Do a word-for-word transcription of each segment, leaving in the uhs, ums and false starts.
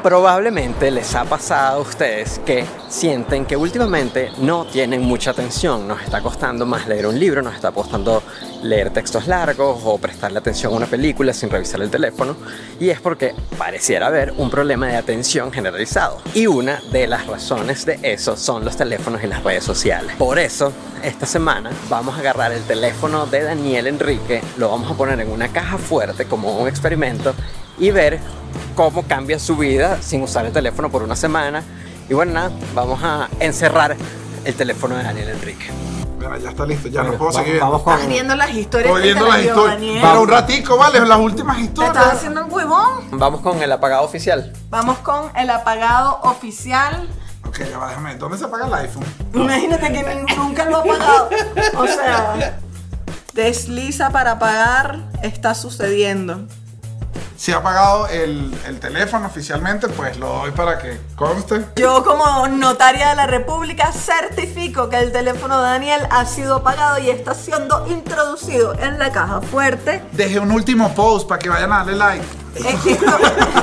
Probablemente les ha pasado a ustedes que sienten que últimamente no tienen mucha atención. Nos está costando más leer un libro, nos está costando leer textos largos o prestarle atención a una película sin revisar el teléfono. Y es porque pareciera haber un problema de atención generalizado. Y una de las razones de eso son los teléfonos y las redes sociales. Por eso, esta semana vamos a agarrar el teléfono de Daniel Enrique, lo vamos a poner en una caja fuerte como un experimento y ver cómo cambia su vida sin usar el teléfono por una semana. Y bueno, nada, vamos a encerrar el teléfono de Daniel Enrique. Bueno, ya está listo, ya bueno, no puedo vamos, seguir. Vamos con... Estás viendo las historias. Estoy viendo las historias. Para un ratico, vale, las últimas ¿Te historias. estás haciendo el huevón? Vamos con el apagado oficial. Vamos con el apagado oficial. Ok, ya va, déjame. ¿Dónde se apaga el iPhone? Imagínate que ni- nunca lo ha apagado. O sea, desliza para apagar, está sucediendo. Si ha apagado el, el teléfono oficialmente, pues lo doy para que conste. Yo como notaria de la República certifico que el teléfono de Daniel ha sido apagado y está siendo introducido en la caja fuerte. Dejé un último post para que vayan a darle like. Esto-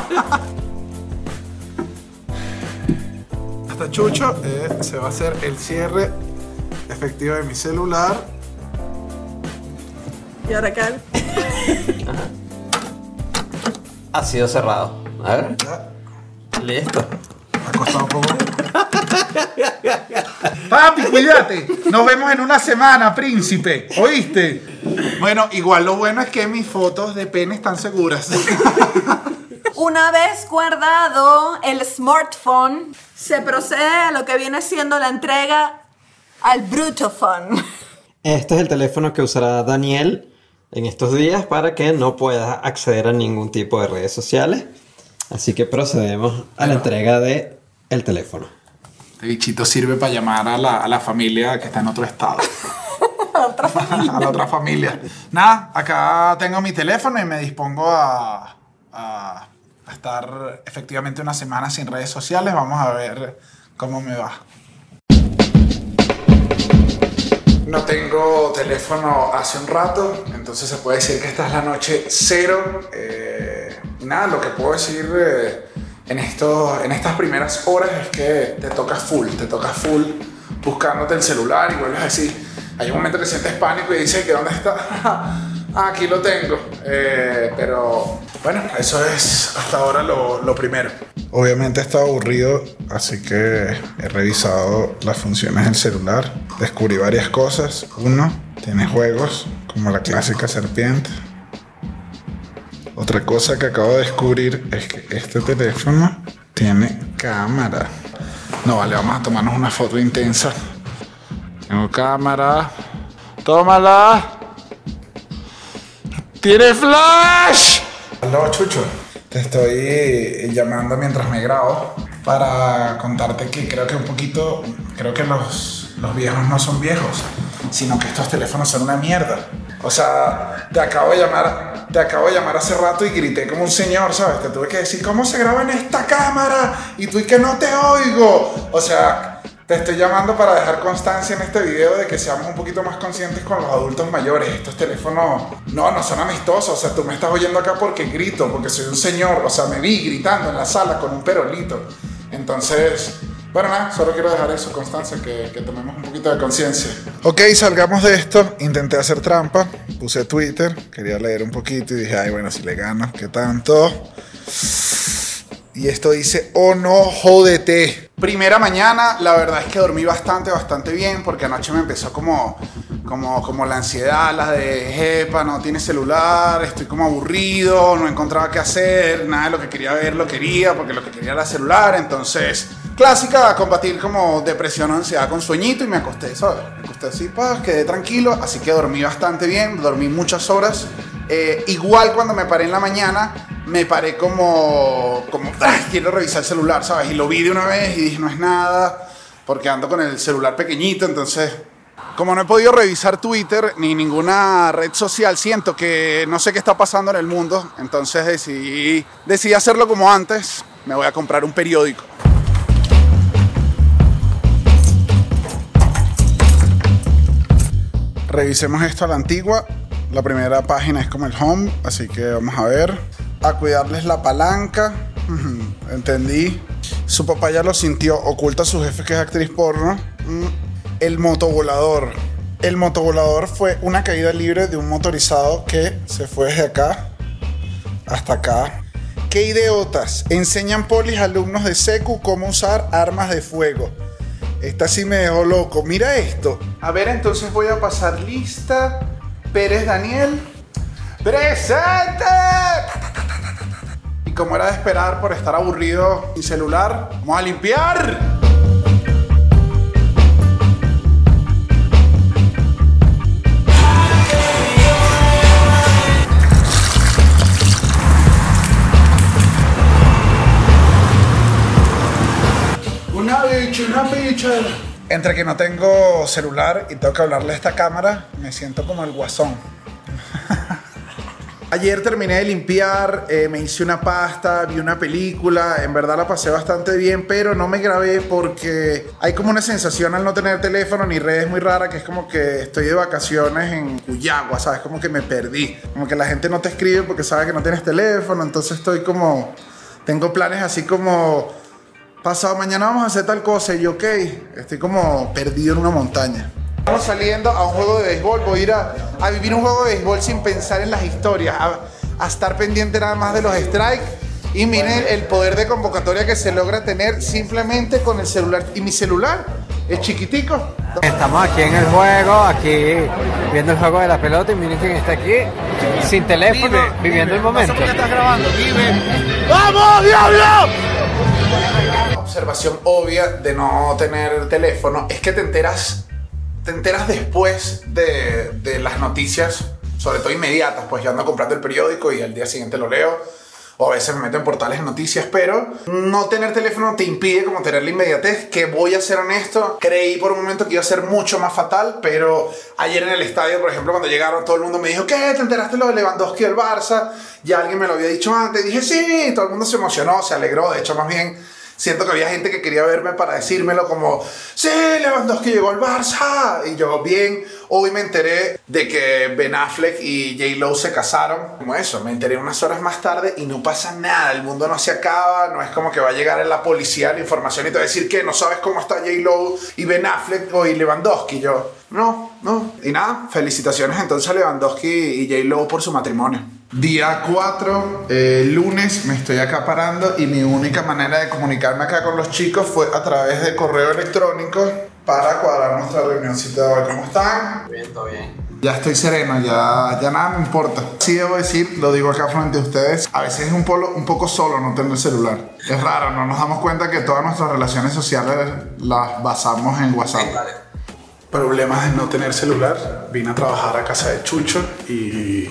Hasta Chucho, eh, se va a hacer el cierre efectivo de mi celular. y ahora acá. Ha sido cerrado. A ver. Ya, Listo. me ha costado un poco. Papi, cuídate. Nos vemos en una semana, príncipe. ¿Oíste? Bueno, igual lo bueno es que mis fotos de pene están seguras. Una vez guardado el smartphone, se procede a lo que viene siendo la entrega al brutophone. Este es el teléfono que usará Daniel en estos días para que no pueda acceder a ningún tipo de redes sociales. Así que procedemos a la entrega de el teléfono. Este bichito sirve para llamar a la, a la familia que está en otro estado. a la otra familia. a la otra familia. Nada, acá tengo mi teléfono y me dispongo a, a, a estar efectivamente una semana sin redes sociales. Vamos a ver cómo me va. No tengo teléfono hace un rato, entonces se puede decir que esta es la noche cero. Eh, nada, lo que puedo decir eh, en, esto, en estas primeras horas es que te toca full, te toca full buscándote el celular y vuelves a decir, hay un momento que sientes pánico y dices que ¿dónde está? Ah, aquí lo tengo. Eh, pero bueno, eso es hasta ahora lo, lo primero. Obviamente he estado aburrido, así que he revisado las funciones del celular. Descubrí varias cosas. Uno, tiene juegos, como la clásica serpiente. Otra cosa que acabo de descubrir es que este teléfono tiene cámara. No, vale, vamos a tomarnos una foto intensa. Tengo cámara. ¡Tómala! ¡Tiene flash! Hola, Chucho. Te estoy llamando mientras me grabo para contarte que creo que un poquito, creo que los, los viejos no son viejos, sino que estos teléfonos son una mierda. O sea, te acabo de llamar, te acabo de llamar hace rato y grité como un señor, ¿sabes? Te tuve que decir, ¿cómo se graba en esta cámara? Y tú y que no te oigo. O sea, te estoy llamando para dejar constancia en este video de que seamos un poquito más conscientes con los adultos mayores. Estos teléfonos no, no son amistosos. O sea, tú me estás oyendo acá porque grito, porque soy un señor. O sea, me vi gritando en la sala con un perolito. Entonces, bueno, nada, solo quiero dejar eso, constancia, que, que tomemos un poquito de conciencia. Ok, salgamos de esto. Intenté hacer trampa, puse Twitter, quería leer un poquito y dije, ay, bueno, si le gano, ¿qué tanto? Y esto dice, oh no, jódete. Primera mañana, la verdad es que dormí bastante, bastante bien, porque anoche me empezó como, como, como la ansiedad, la de, jepa, no tiene celular, estoy como aburrido, no encontraba qué hacer, nada de lo que quería ver lo quería, porque lo que quería era celular, entonces, clásica, combatir como depresión o ansiedad con sueñito y me acosté, ¿sabes? Me acosté así, pues, quedé tranquilo, así que dormí bastante bien, dormí muchas horas. Eh, igual cuando me paré en la mañana, me paré como, como ¡ah! Quiero revisar el celular, ¿sabes? Y lo vi de una vez y dije, no es nada, porque ando con el celular pequeñito, entonces, como no he podido revisar Twitter ni ninguna red social, siento que no sé qué está pasando en el mundo, entonces decidí, decidí hacerlo como antes, me voy a comprar un periódico. Revisemos esto a la antigua. La primera página es como el home, así que vamos a ver. A cuidarles la palanca. Entendí. Su papá ya lo sintió. Oculta a su jefe que es actriz porno. Mm. El motovolador. El motovolador fue una caída libre de un motorizado que se fue desde acá hasta acá. ¡Qué idiotas! Enseñan polis a alumnos de secu cómo usar armas de fuego. Esta sí me dejó loco. Mira esto. A ver, entonces voy a pasar lista. Pérez Daniel. ¡Presente! Y como era de esperar por estar aburrido sin celular, vamos a limpiar. Una bicha, una bicha. Entre que no tengo celular y tengo que hablarle a esta cámara, me siento como el Guasón. Ayer terminé de limpiar, eh, me hice una pasta, vi una película, en verdad la pasé bastante bien, pero no me grabé porque hay como una sensación al no tener teléfono ni redes muy rara, que es como que estoy de vacaciones en Cuyagua, ¿sabes? Como que me perdí, como que la gente no te escribe porque sabe que no tienes teléfono, entonces estoy como, tengo planes así como, pasado mañana vamos a hacer tal cosa y yo, ok, estoy como perdido en una montaña. Estamos saliendo a un juego de béisbol, voy a ir a, a vivir un juego de béisbol sin pensar en las historias, a, a estar pendiente nada más de los strikes. Y miren el poder de convocatoria que se logra tener simplemente con el celular. Y mi celular es chiquitico. Estamos aquí en el juego, aquí viendo el juego de la pelota y miren quién está aquí, sin teléfono, vive, viviendo vive. El momento. No sé por qué estás grabando, vive. ¡Vamos, diablo! Observación obvia de no tener teléfono es que te enteras... Te enteras después de, de las noticias, sobre todo inmediatas, pues yo ando comprando el periódico y al día siguiente lo leo, o a veces me meto en portales de noticias, pero no tener teléfono te impide como tener la inmediatez, que voy a ser honesto, creí por un momento que iba a ser mucho más fatal, pero ayer en el estadio, por ejemplo, cuando llegaron todo el mundo me dijo, ¿qué? ¿Te enteraste lo de Lewandowski del Barça? Ya alguien me lo había dicho antes, dije, sí, todo el mundo se emocionó, se alegró, de hecho más bien... Siento que había gente que quería verme para decírmelo como ¡sí, Lewandowski llegó al Barça! Y yo, bien, hoy me enteré de que Ben Affleck y J-Lo se casaron. Como eso, me enteré unas horas más tarde y no pasa nada. El mundo no se acaba, no es como que va a llegar en la policía la información y te va a decir que no sabes cómo está J-Lo y Ben Affleck o y Lewandowski. Y yo, no, no. Y nada, felicitaciones entonces a Lewandowski y J-Lo por su matrimonio. Día cuatro, eh, lunes, me estoy acá parando y mi única manera de comunicarme acá con los chicos fue a través de correo electrónico para cuadrar nuestra reunioncita de hoy. ¿Cómo están? Bien, todo bien. Ya estoy sereno, ya, ya nada me importa. Sí debo decir, lo digo acá frente a ustedes, a veces es un, polo, un poco solo no tener celular. Es raro, no nos damos cuenta que todas nuestras relaciones sociales las basamos en WhatsApp. Problemas de no tener celular. Vine a trabajar a casa de Chucho y...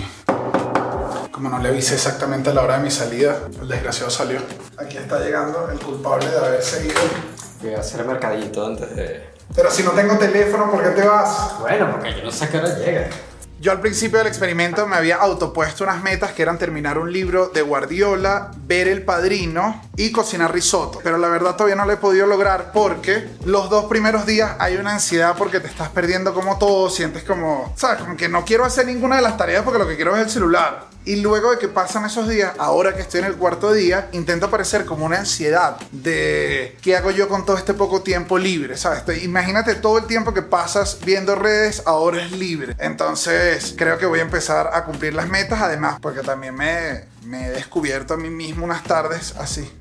como no le avisé exactamente a la hora de mi salida, el desgraciado salió. Aquí está llegando el culpable de haber seguido. Voy a hacer el mercadito antes de... Pero si no tengo teléfono, ¿por qué te vas? Bueno, porque yo no sé a qué hora llega. Yo al principio del experimento me había autopuesto unas metas que eran terminar un libro de Guardiola, ver El Padrino y cocinar risotto. Pero la verdad todavía no lo he podido lograr porque los dos primeros días hay una ansiedad porque te estás perdiendo como todo, sientes como, ¿sabes? Como que no quiero hacer ninguna de las tareas porque lo que quiero es el celular. Y luego de que pasan esos días, ahora que estoy en el cuarto día, intento aparecer como una ansiedad de ¿qué hago yo con todo este poco tiempo libre? ¿Sabes? Imagínate todo el tiempo que pasas viendo redes, ahora es libre. Entonces creo que voy a empezar a cumplir las metas, además porque también me, me he descubierto a mí mismo unas tardes así.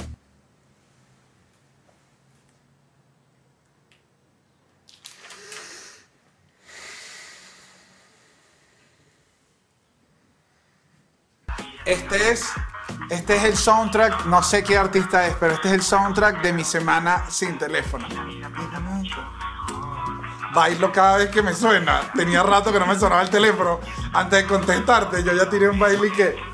Este es, este es el soundtrack, no sé qué artista es, pero este es el soundtrack de mi semana sin teléfono. Bailo cada vez que me suena. Tenía rato que no me sonaba el teléfono. Antes de contestarte, yo ya tiré un baile y que...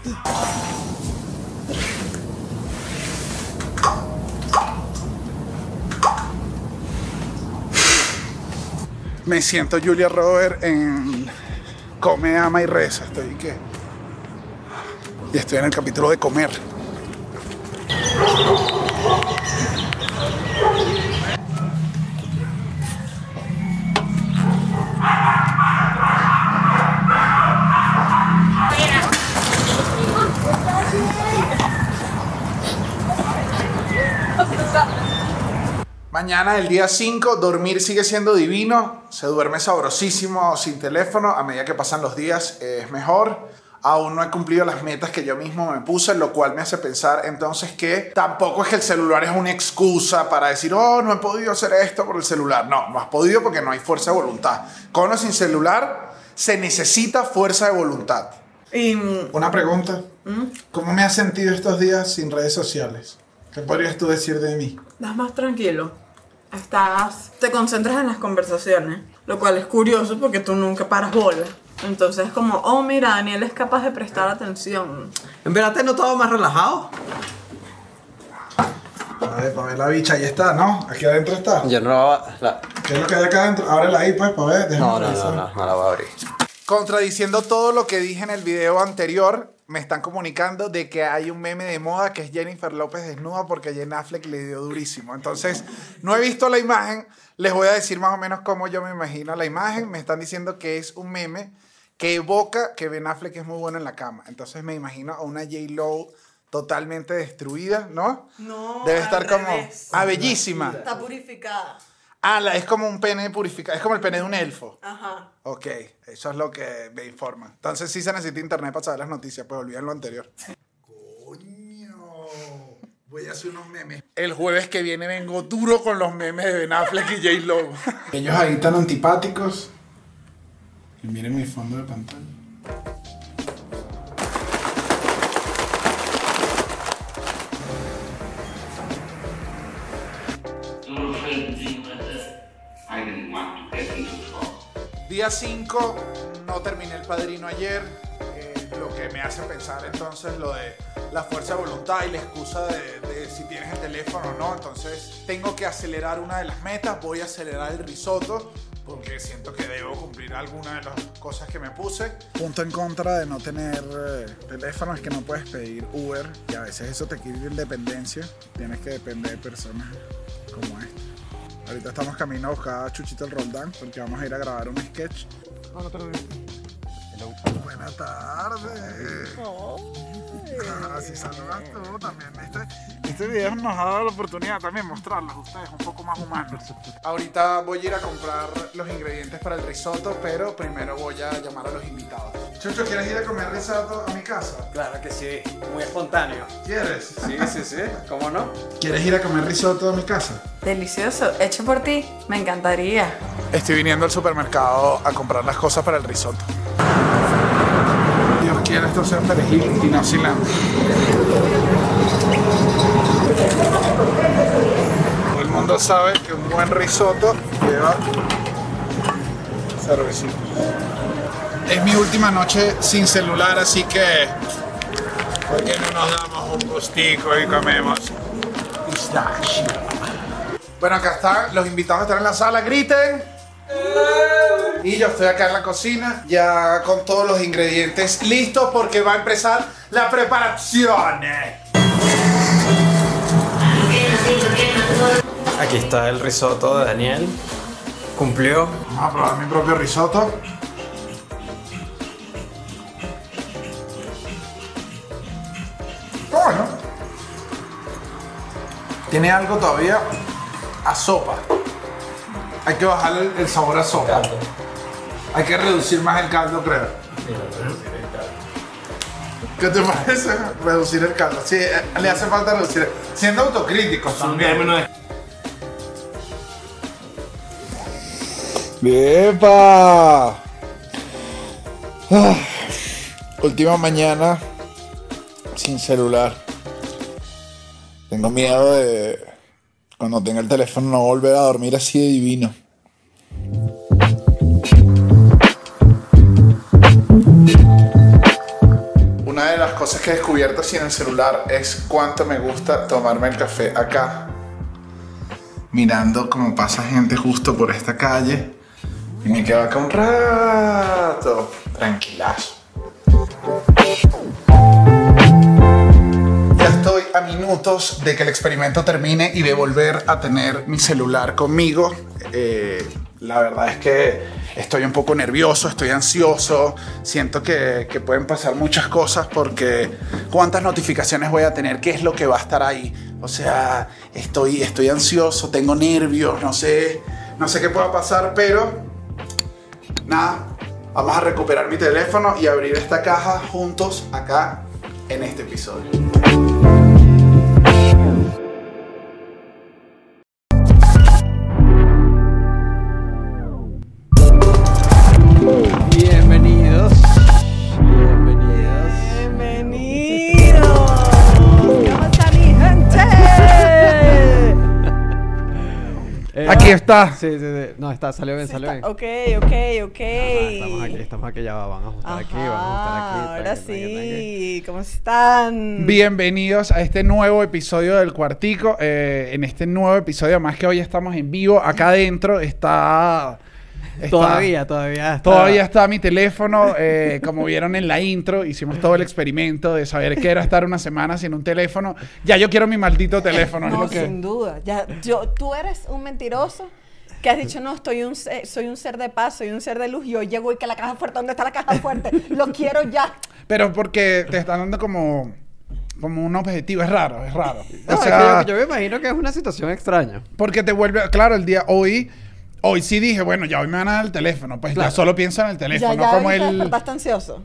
Me siento Julia Roberts en Come, Ama y Reza. Estoy que... Y estoy en el capítulo de comer. Mañana, el día cinco, dormir sigue siendo divino. Se duerme sabrosísimo sin teléfono. A medida que pasan los días eh, es mejor. Aún no he cumplido las metas que yo mismo me puse, lo cual me hace pensar entonces que tampoco es que el celular es una excusa para decir, oh, no he podido hacer esto por el celular. No, no has podido porque no hay fuerza de voluntad. Con o sin celular se necesita fuerza de voluntad. Y... Una pregunta. ¿Mm? ¿Cómo me has sentido estos días sin redes sociales? ¿Qué podrías tú decir de mí? Estás más tranquilo. Estás... Te concentras en las conversaciones, lo cual es curioso porque tú nunca paras bola. Entonces es como, oh mira, Daniel es capaz de prestar atención. ¿En verdad te he notado más relajado? A ver, para ver la bicha, ahí está, ¿no? Aquí adentro está. Yo no la... ¿Qué es lo que hay acá adentro? Ábrela ahí, pues, para ver. No, no, no, no, no la voy a abrir. Contradiciendo todo lo que dije en el video anterior, me están comunicando de que hay un meme de moda que es Jennifer López desnuda porque Ben Affleck le dio durísimo. Entonces, no he visto la imagen. Les voy a decir más o menos cómo yo me imagino la imagen. Me están diciendo que es un meme que evoca que Ben Affleck es muy bueno en la cama. Entonces me imagino a una J-Lo totalmente destruida, ¿no? No, debe al estar como... revés. Ah, bellísima. Está purificada. Ah, la, es como un pene purificado. Es como el pene de un elfo. Ajá. Ok, eso es lo que me informa. Entonces sí se necesita internet para saber las noticias, pues olviden lo anterior. Coño, voy a hacer unos memes. El jueves que viene vengo duro con los memes de Ben Affleck y J-Lo. Ellos ahí tan antipáticos. Y miren mi fondo de pantalla. Día cinco, no terminé El Padrino ayer, eh, lo que me hace pensar entonces lo de la fuerza de voluntad y la excusa de, de si tienes el teléfono o no. Entonces tengo que acelerar una de las metas, voy a acelerar el risotto porque siento que debo cumplir alguna de las cosas que me puse. Punto en contra de no tener eh, teléfono es que no puedes pedir Uber y a veces eso te quita independencia, tienes que depender de personas como esta. Ahorita estamos camino a buscar a Chuchito el Roldán porque vamos a ir a grabar un sketch. Buenas tardes. Así saludas tú también. Este, este video nos ha dado la oportunidad también de mostrarlos a ustedes un poco más humanos. Ahorita voy a ir a comprar los ingredientes para el risotto, pero primero voy a llamar a los invitados. Chucho, ¿quieres ir a comer risotto a mi casa? Claro que sí, muy espontáneo. ¿Quieres? Sí, sí, sí, ¿cómo no? ¿Quieres ir a comer risotto a mi casa? Delicioso. Hecho por ti. Me encantaría. Estoy viniendo al supermercado a comprar las cosas para el risotto. Dios quiere, esto sea perejil y no cilantro. Todo el mundo sabe que un buen risotto lleva cervecita. Es mi última noche sin celular, así que ¿por qué no nos damos un gustico y comemos pistachio? Bueno, acá están, los invitados están en la sala, griten. Y yo estoy acá en la cocina, ya con todos los ingredientes listos porque va a empezar la preparación. Aquí está el risotto de Daniel. Cumplió. Vamos a probar mi propio risotto. Bueno, tiene algo todavía a sopa. Hay que bajarle el, el sabor a sopa. Hay que reducir más el caldo, creo. ¿Qué te parece? Reducir el caldo. Sí, le hace falta reducir. Siendo autocríticos también. ¡Epa! Ah, última mañana sin celular. Tengo miedo de cuando tenga el teléfono no volver a dormir así de divino. Una de las cosas que he descubierto sin el celular es cuánto me gusta tomarme el café acá, mirando cómo pasa gente justo por esta calle. Y me quedo acá un rato, tranquilazo. Ya estoy a minutos de que el experimento termine y de volver a tener mi celular conmigo. Eh, la verdad es que estoy un poco nervioso, estoy ansioso. Siento que, que pueden pasar muchas cosas porque ¿cuántas notificaciones voy a tener? ¿Qué es lo que va a estar ahí? O sea, estoy, estoy ansioso, tengo nervios, no sé, no sé qué pueda pasar, pero nada, vamos a recuperar mi teléfono y abrir esta caja juntos acá en este episodio. Bienvenidos. Bienvenidos. Bienvenidos. ¿Cómo está mi gente? Eh, Aquí está. Sí, sí, sí. No, está, salió bien, Sí, salió está- bien. Ok, ok, ok. Ajá, estamos aquí, estamos aquí, ya va, van a ajustar Ajá, aquí, van a ajustar aquí. ahora tranqui, tranqui, sí. ¿Cómo están? Bienvenidos a este nuevo episodio del Cuartico. Eh, en este nuevo episodio, más que hoy estamos en vivo, acá adentro está... está- Todavía, todavía está. Todavía está mi teléfono, eh, como vieron en la intro, hicimos todo el experimento de saber qué era estar una semana sin un teléfono. Ya yo quiero mi maldito teléfono. es No, lo que... sin duda. Ya, yo, tú eres un mentiroso que has dicho, no, estoy un ser- soy un ser de paz, soy un ser de luz. Y yo llego y que la caja fuerte, ¿dónde está la caja fuerte? Lo quiero ya. Pero porque te están dando como, como un objetivo, es raro, es raro. No, O es sea, que yo, yo me imagino que es una situación extraña. porque te vuelve, claro, el día hoy, hoy sí dije, bueno, ya hoy me van a dar el teléfono, pues Claro. ya solo pienso en el Ya, teléfono, ya, como ahorita el... despertaste ansioso.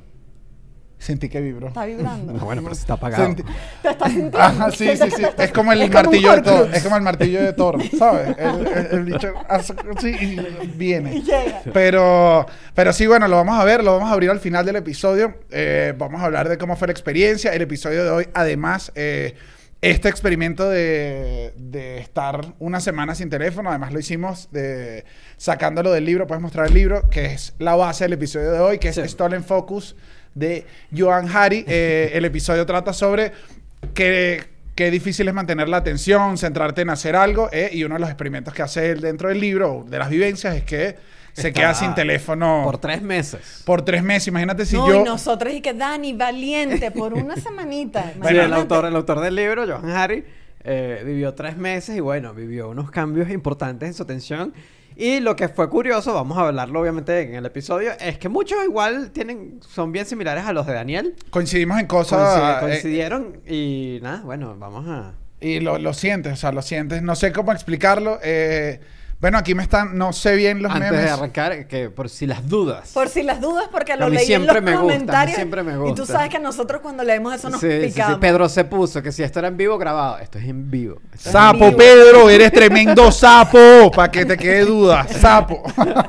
Sentí que vibró. Está vibrando. No, bueno, pero si está apagado. Sentí- Te estás sintiendo. Ajá, sí, sí, sí. Es como el Es como un martillo de Thor. Horcrux. Es como el martillo de Thor, ¿sabes? El, el, el bicho hace así y viene. Y llega. Pero, pero sí, bueno, lo vamos a ver, lo vamos a abrir al final del episodio. Eh, vamos a hablar de cómo fue la experiencia. El episodio de hoy, además, eh, este experimento de, de estar una semana sin teléfono, además lo hicimos de, sacándolo del libro. Puedes mostrar el libro, que es la base del episodio de hoy, que es Sí. Stolen Focus, de Johann Hari. Eh, el episodio trata sobre qué, qué difícil es mantener la atención, centrarte en hacer algo, eh, y uno de los experimentos que hace él dentro del libro, de las vivencias, es que se Está queda sin teléfono Por por, tres meses. tres meses. Imagínate si No, yo... y nosotros y que Dani, valiente, por una semanita. Sí, el Imagínate. autor, el autor del libro, Johann Hari, eh, vivió tres meses y bueno, vivió unos cambios importantes en su atención. Y lo que fue curioso, vamos a hablarlo obviamente en el episodio, es que muchos igual tienen, son bien similares a los de Daniel. Coincidimos en cosas... Coincidi- eh, coincidieron y nada, bueno, vamos a... y lo, lo sientes, o sea, lo sientes. No sé cómo explicarlo. eh, bueno, aquí me están... No sé bien los Antes memes. de arrancar, que por si las dudas. Por si las dudas, porque A lo mí leí en siempre los me gusta, a mí comentarios. siempre me Y tú gusta. sabes que nosotros cuando leemos eso nos Sí, sí, sí, picamos. Pedro se puso que si esto era en vivo grabado, esto es en vivo. Esto es Sapo, vivo. Pedro, eres tremendo sapo, para que te quede duda, sapo.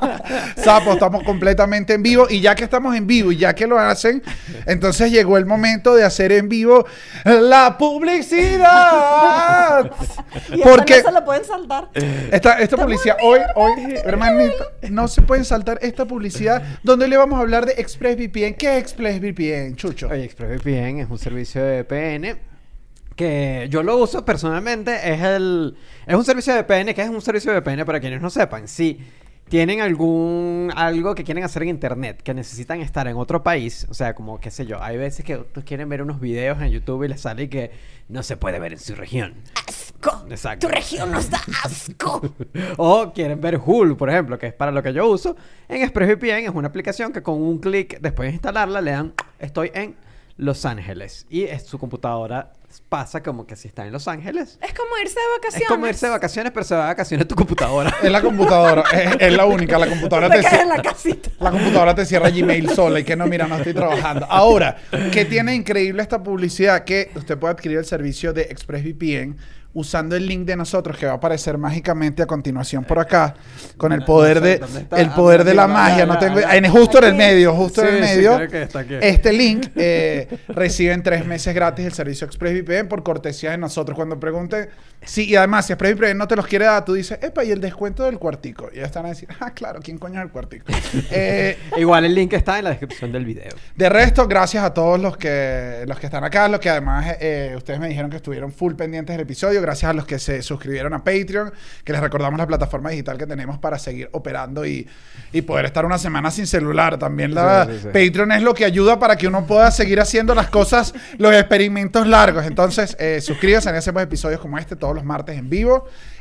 Sapo, estamos completamente en vivo y ya que estamos en vivo y ya que lo hacen, entonces llegó el momento de hacer en vivo la publicidad. Y Porque esta no se la pueden saltar. esta, esta publicidad hoy, hoy, hermanito, no se pueden saltar esta publicidad donde le vamos a hablar de ExpressVPN. ¿Qué es ExpressVPN, Chucho? Oye, ExpressVPN es un servicio de V P N que yo lo uso personalmente. Es el es un servicio de V P N que es un servicio de V P N para quienes no sepan. Si tienen algún algo que quieren hacer en internet, que necesitan estar en otro país, o sea, como qué sé yo, hay veces que ustedes quieren ver unos videos en YouTube y les sale que no se puede ver en su región. ¡Asco! Exacto. Tu región nos da asco. O quieren ver Hulu, por ejemplo, que es para lo que yo uso. En ExpressVPN es una aplicación que con un clic, después de instalarla, le dan, estoy en Los Ángeles. Y es, su computadora pasa como que si está en Los Ángeles. Es como irse de vacaciones. Es como irse de vacaciones, pero se va de vacaciones tu computadora. Es la computadora, es, es la única, la computadora Te te, quedas en ci- la casita. la computadora te cierra Gmail sola y que no, mira, no estoy trabajando. Ahora, ¿qué tiene increíble esta publicidad? Que usted puede adquirir el servicio de ExpressVPN usando el link de nosotros que va a aparecer mágicamente a continuación por acá, con el poder de ¿Dónde está? el poder Ah, de la mira, magia. ya, No ya, tengo, ya. en, justo en el Aquí. medio, justo en el Sí, sí, medio. creo que está aquí. Este link eh, reciben tres meses gratis el servicio ExpressVPN por cortesía de nosotros. Cuando pregunten, sí, y además, si ExpressVPN no te los quiere dar, tú dices, epa, y el descuento del cuartico. Y ya están a decir, ah, claro, ¿quién coño es el cuartico? eh, Igual el link está en la descripción del video. de resto, gracias a todos los que, los que están acá, los que además eh, ustedes me dijeron que estuvieron full pendientes del episodio, gracias a los que se suscribieron a Patreon, que les recordamos la plataforma digital que tenemos para seguir operando y, y poder estar una semana sin celular. También la Sí, sí, sí. Patreon es lo que ayuda para que uno pueda seguir haciendo las cosas, los experimentos largos. Entonces, eh, suscríbanse, hacemos episodios como este todos los martes en vivo.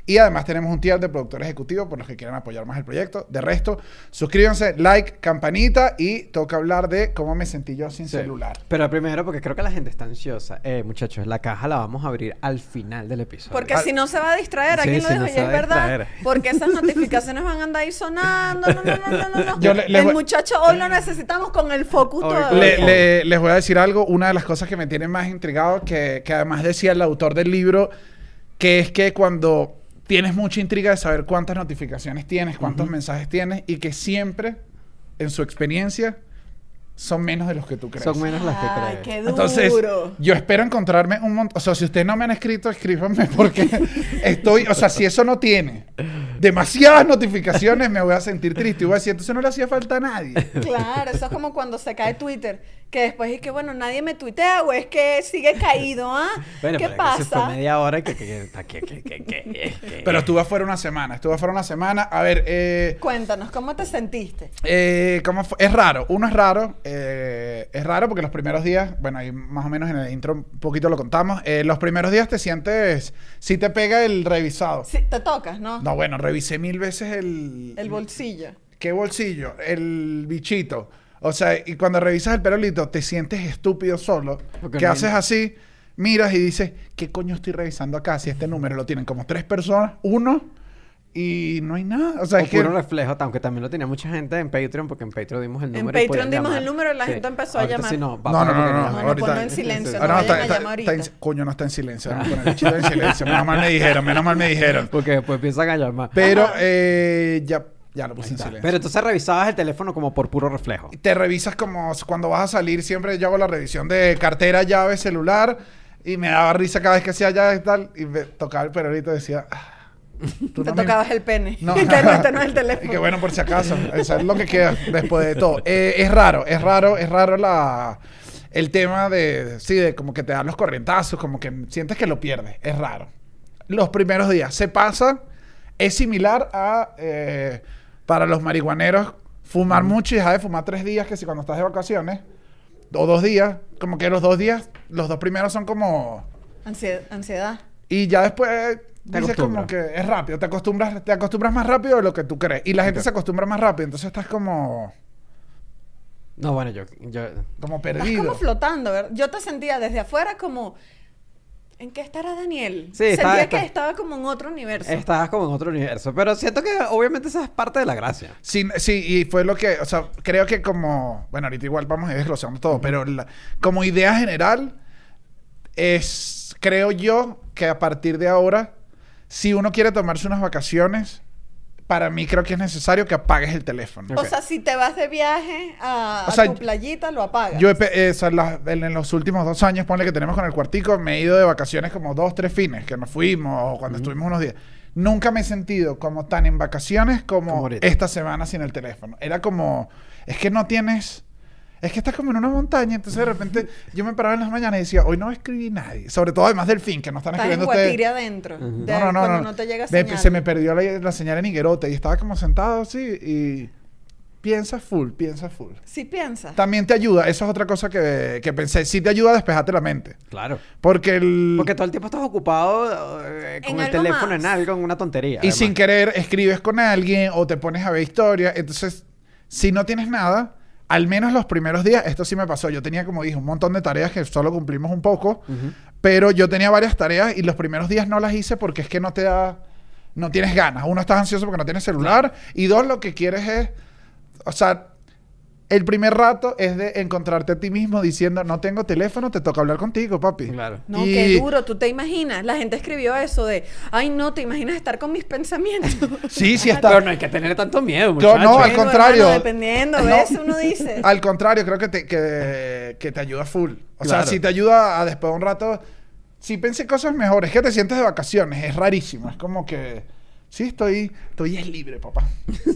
Y además tenemos un tier de productor ejecutivo por los que quieran apoyar más el proyecto. De resto, suscríbanse, like, campanita y toca hablar de cómo me sentí yo sin Sí. celular. Pero primero, porque creo que la gente está ansiosa. Eh, muchachos, la caja la vamos a abrir al final del episodio. Porque Ah, si no se va a distraer, sí, aquí lo si dijo no y se es va a verdad. distraer. Porque esas notificaciones van a andar ahí sonando. No, no, no, no, no, no. Yo le- les El voy- muchacho hoy lo necesitamos con el focus Hoy- todavía. Le- le- les voy a decir algo, una de las cosas que me tiene más intrigado, que, que además decía el autor del libro, que es que cuando tienes mucha intriga de saber cuántas notificaciones tienes, cuántos mensajes tienes, y que siempre, en su experiencia, son menos de los que tú crees. Son menos las que Ay, crees. qué duro. Entonces, yo espero encontrarme un montón. O sea, si ustedes no me han escrito, escríbanme porque estoy. O sea, si eso no tiene demasiadas notificaciones, me voy a sentir triste. Y voy a decir, entonces no le hacía falta a nadie. Claro, eso es como cuando se cae Twitter, que después es que, bueno, nadie me tuitea o es que sigue caído, ¿ah? Bueno, ¿Qué pero es que se fue pasa? media hora y que... que, que, que, que, que, que, que- Pero estuve afuera una semana. Estuve afuera una semana. A ver, eh. Cuéntanos, ¿cómo te sentiste? Eh, ¿cómo fue? Es raro, uno es raro, eh, es raro porque los primeros días, bueno, ahí más o menos en el intro un poquito lo contamos, eh, los primeros días te sientes, si te pega el revisado. Sí, te tocas, ¿no? No, bueno, revisé mil veces el... El bolsillo. ¿Qué bolsillo? El bichito. O sea, y cuando revisas el perolito te sientes estúpido solo, Porque que no hay- haces así, miras y dices, ¿qué coño estoy revisando acá? Si este número lo tienen como tres personas, uno... Y no hay nada. O sea, O es que... puro reflejo, aunque también lo tenía mucha gente en Patreon, porque en Patreon dimos el En número y Patreon podían dimos llamar. el número y la Sí. gente empezó a Ahorita llamar. sí no, va No, para no, porque no, no, llaman. No, no, ahorita- ponlo en silencio, Ah, no no, está, vayan a está- llamar está en- ahorita. coño, no está en silencio. Vamos a poner el bichito en silencio. Menos mal me dijeron, menos mal me dijeron. Porque después empiezan a llamar. Pero Ajá. eh, ya, ya lo Ahí puse en está. silencio. Pero entonces revisabas el teléfono como por puro reflejo. Te revisas como cuando vas a salir, siempre yo hago la revisión de cartera, llave, celular. Y me daba risa cada vez que hacía llave y tal. Y me tocaba el perolito y decía... "Ah, tú Te no me- tocabas el pene. No. que no, este no es el teléfono. Y que bueno, por si acaso. Eso es lo que queda después de todo. Eh, es raro, es raro, es raro la... El tema de... Sí, de como que te dan los corrientazos, como que sientes que lo pierdes. Es raro. Los primeros días. Se pasa... Es similar a... eh, para los marihuaneros, fumar mucho y dejar de fumar tres días, que si cuando estás de vacaciones, o dos días, como que los dos días, los dos primeros son como... Ansiedad. ansiedad. Y ya después Te dices como acostumbras. que es rápido, te acostumbras, te acostumbras más rápido de lo que tú crees. Y la gente Ok. se acostumbra más rápido, entonces estás como, No, bueno, yo... yo como Estás perdido. como flotando, ¿verdad? Yo te sentía desde afuera como... ¿En qué estará Daniel? Sí, Sentía estaba- que estaba- estaba como en otro universo. estabas como en otro universo. Pero siento que obviamente esa es parte de la gracia. Sí, sí, y fue lo que, o sea, creo que como, bueno, ahorita igual vamos a ir desglosando todo, pero la- como idea general, es, creo yo, que a partir de ahora, si uno quiere tomarse unas vacaciones, para mí creo que es necesario que apagues el teléfono. O sea, si te vas de viaje a, O a sea, tu playita, lo apagas. Yo he pe- eh, o sea, la- en, en los últimos dos años, ponle que tenemos con el cuartico, me he ido de vacaciones como dos, tres fines, que nos fuimos o cuando estuvimos unos días. Nunca me he sentido como tan en vacaciones como, Como ahorita. esta semana sin el teléfono. Era como, es que no tienes, es que estás como en una montaña, entonces de repente yo me paraba en las mañanas y decía, hoy no escribí nadie. Sobre todo además del fin, que no están Estás en escribiendo ustedes. Guatire adentro. Ujú. de- No, no, no, cuando no. no te llega Me- señal. se me perdió la, la señal en Higuerote y estaba como sentado así y piensa full, piensa full. Sí piensas. También te ayuda, eso es otra cosa que, que pensé, sí te ayuda a despejarte la mente. Claro. Porque el... Porque todo el tiempo estás ocupado eh, con En el algo teléfono más. en algo, en una tontería. Y además. sin querer escribes con alguien o te pones a ver historia. Entonces, si no tienes nada, al menos los primeros días, esto sí me pasó. Yo tenía, como dije, un montón de tareas que solo cumplimos un poco. Ujú. Pero yo tenía varias tareas y los primeros días no las hice porque es que no te da... No tienes ganas. Uno, estás ansioso porque no tienes celular. Y dos, lo que quieres es... O sea... El primer rato es de encontrarte a ti mismo diciendo, no tengo teléfono, te toca hablar contigo, papi. Claro. No, Y- qué duro, tú te imaginas. La gente escribió eso de, ay, no, te imaginas estar con mis pensamientos. Sí, sí está. Pero no hay que tener tanto miedo, Claro, muchachos. no, al Bueno, contrario. hermano, dependiendo, No. ¿ves? Uno dice. Al contrario, creo que te, que, que te ayuda full. O sea, Claro. si te ayuda a después de un rato... Sí pensé cosas mejores. Es que te sientes de vacaciones. Es rarísimo. Es como que... Sí, estoy... Estoy es libre, papá.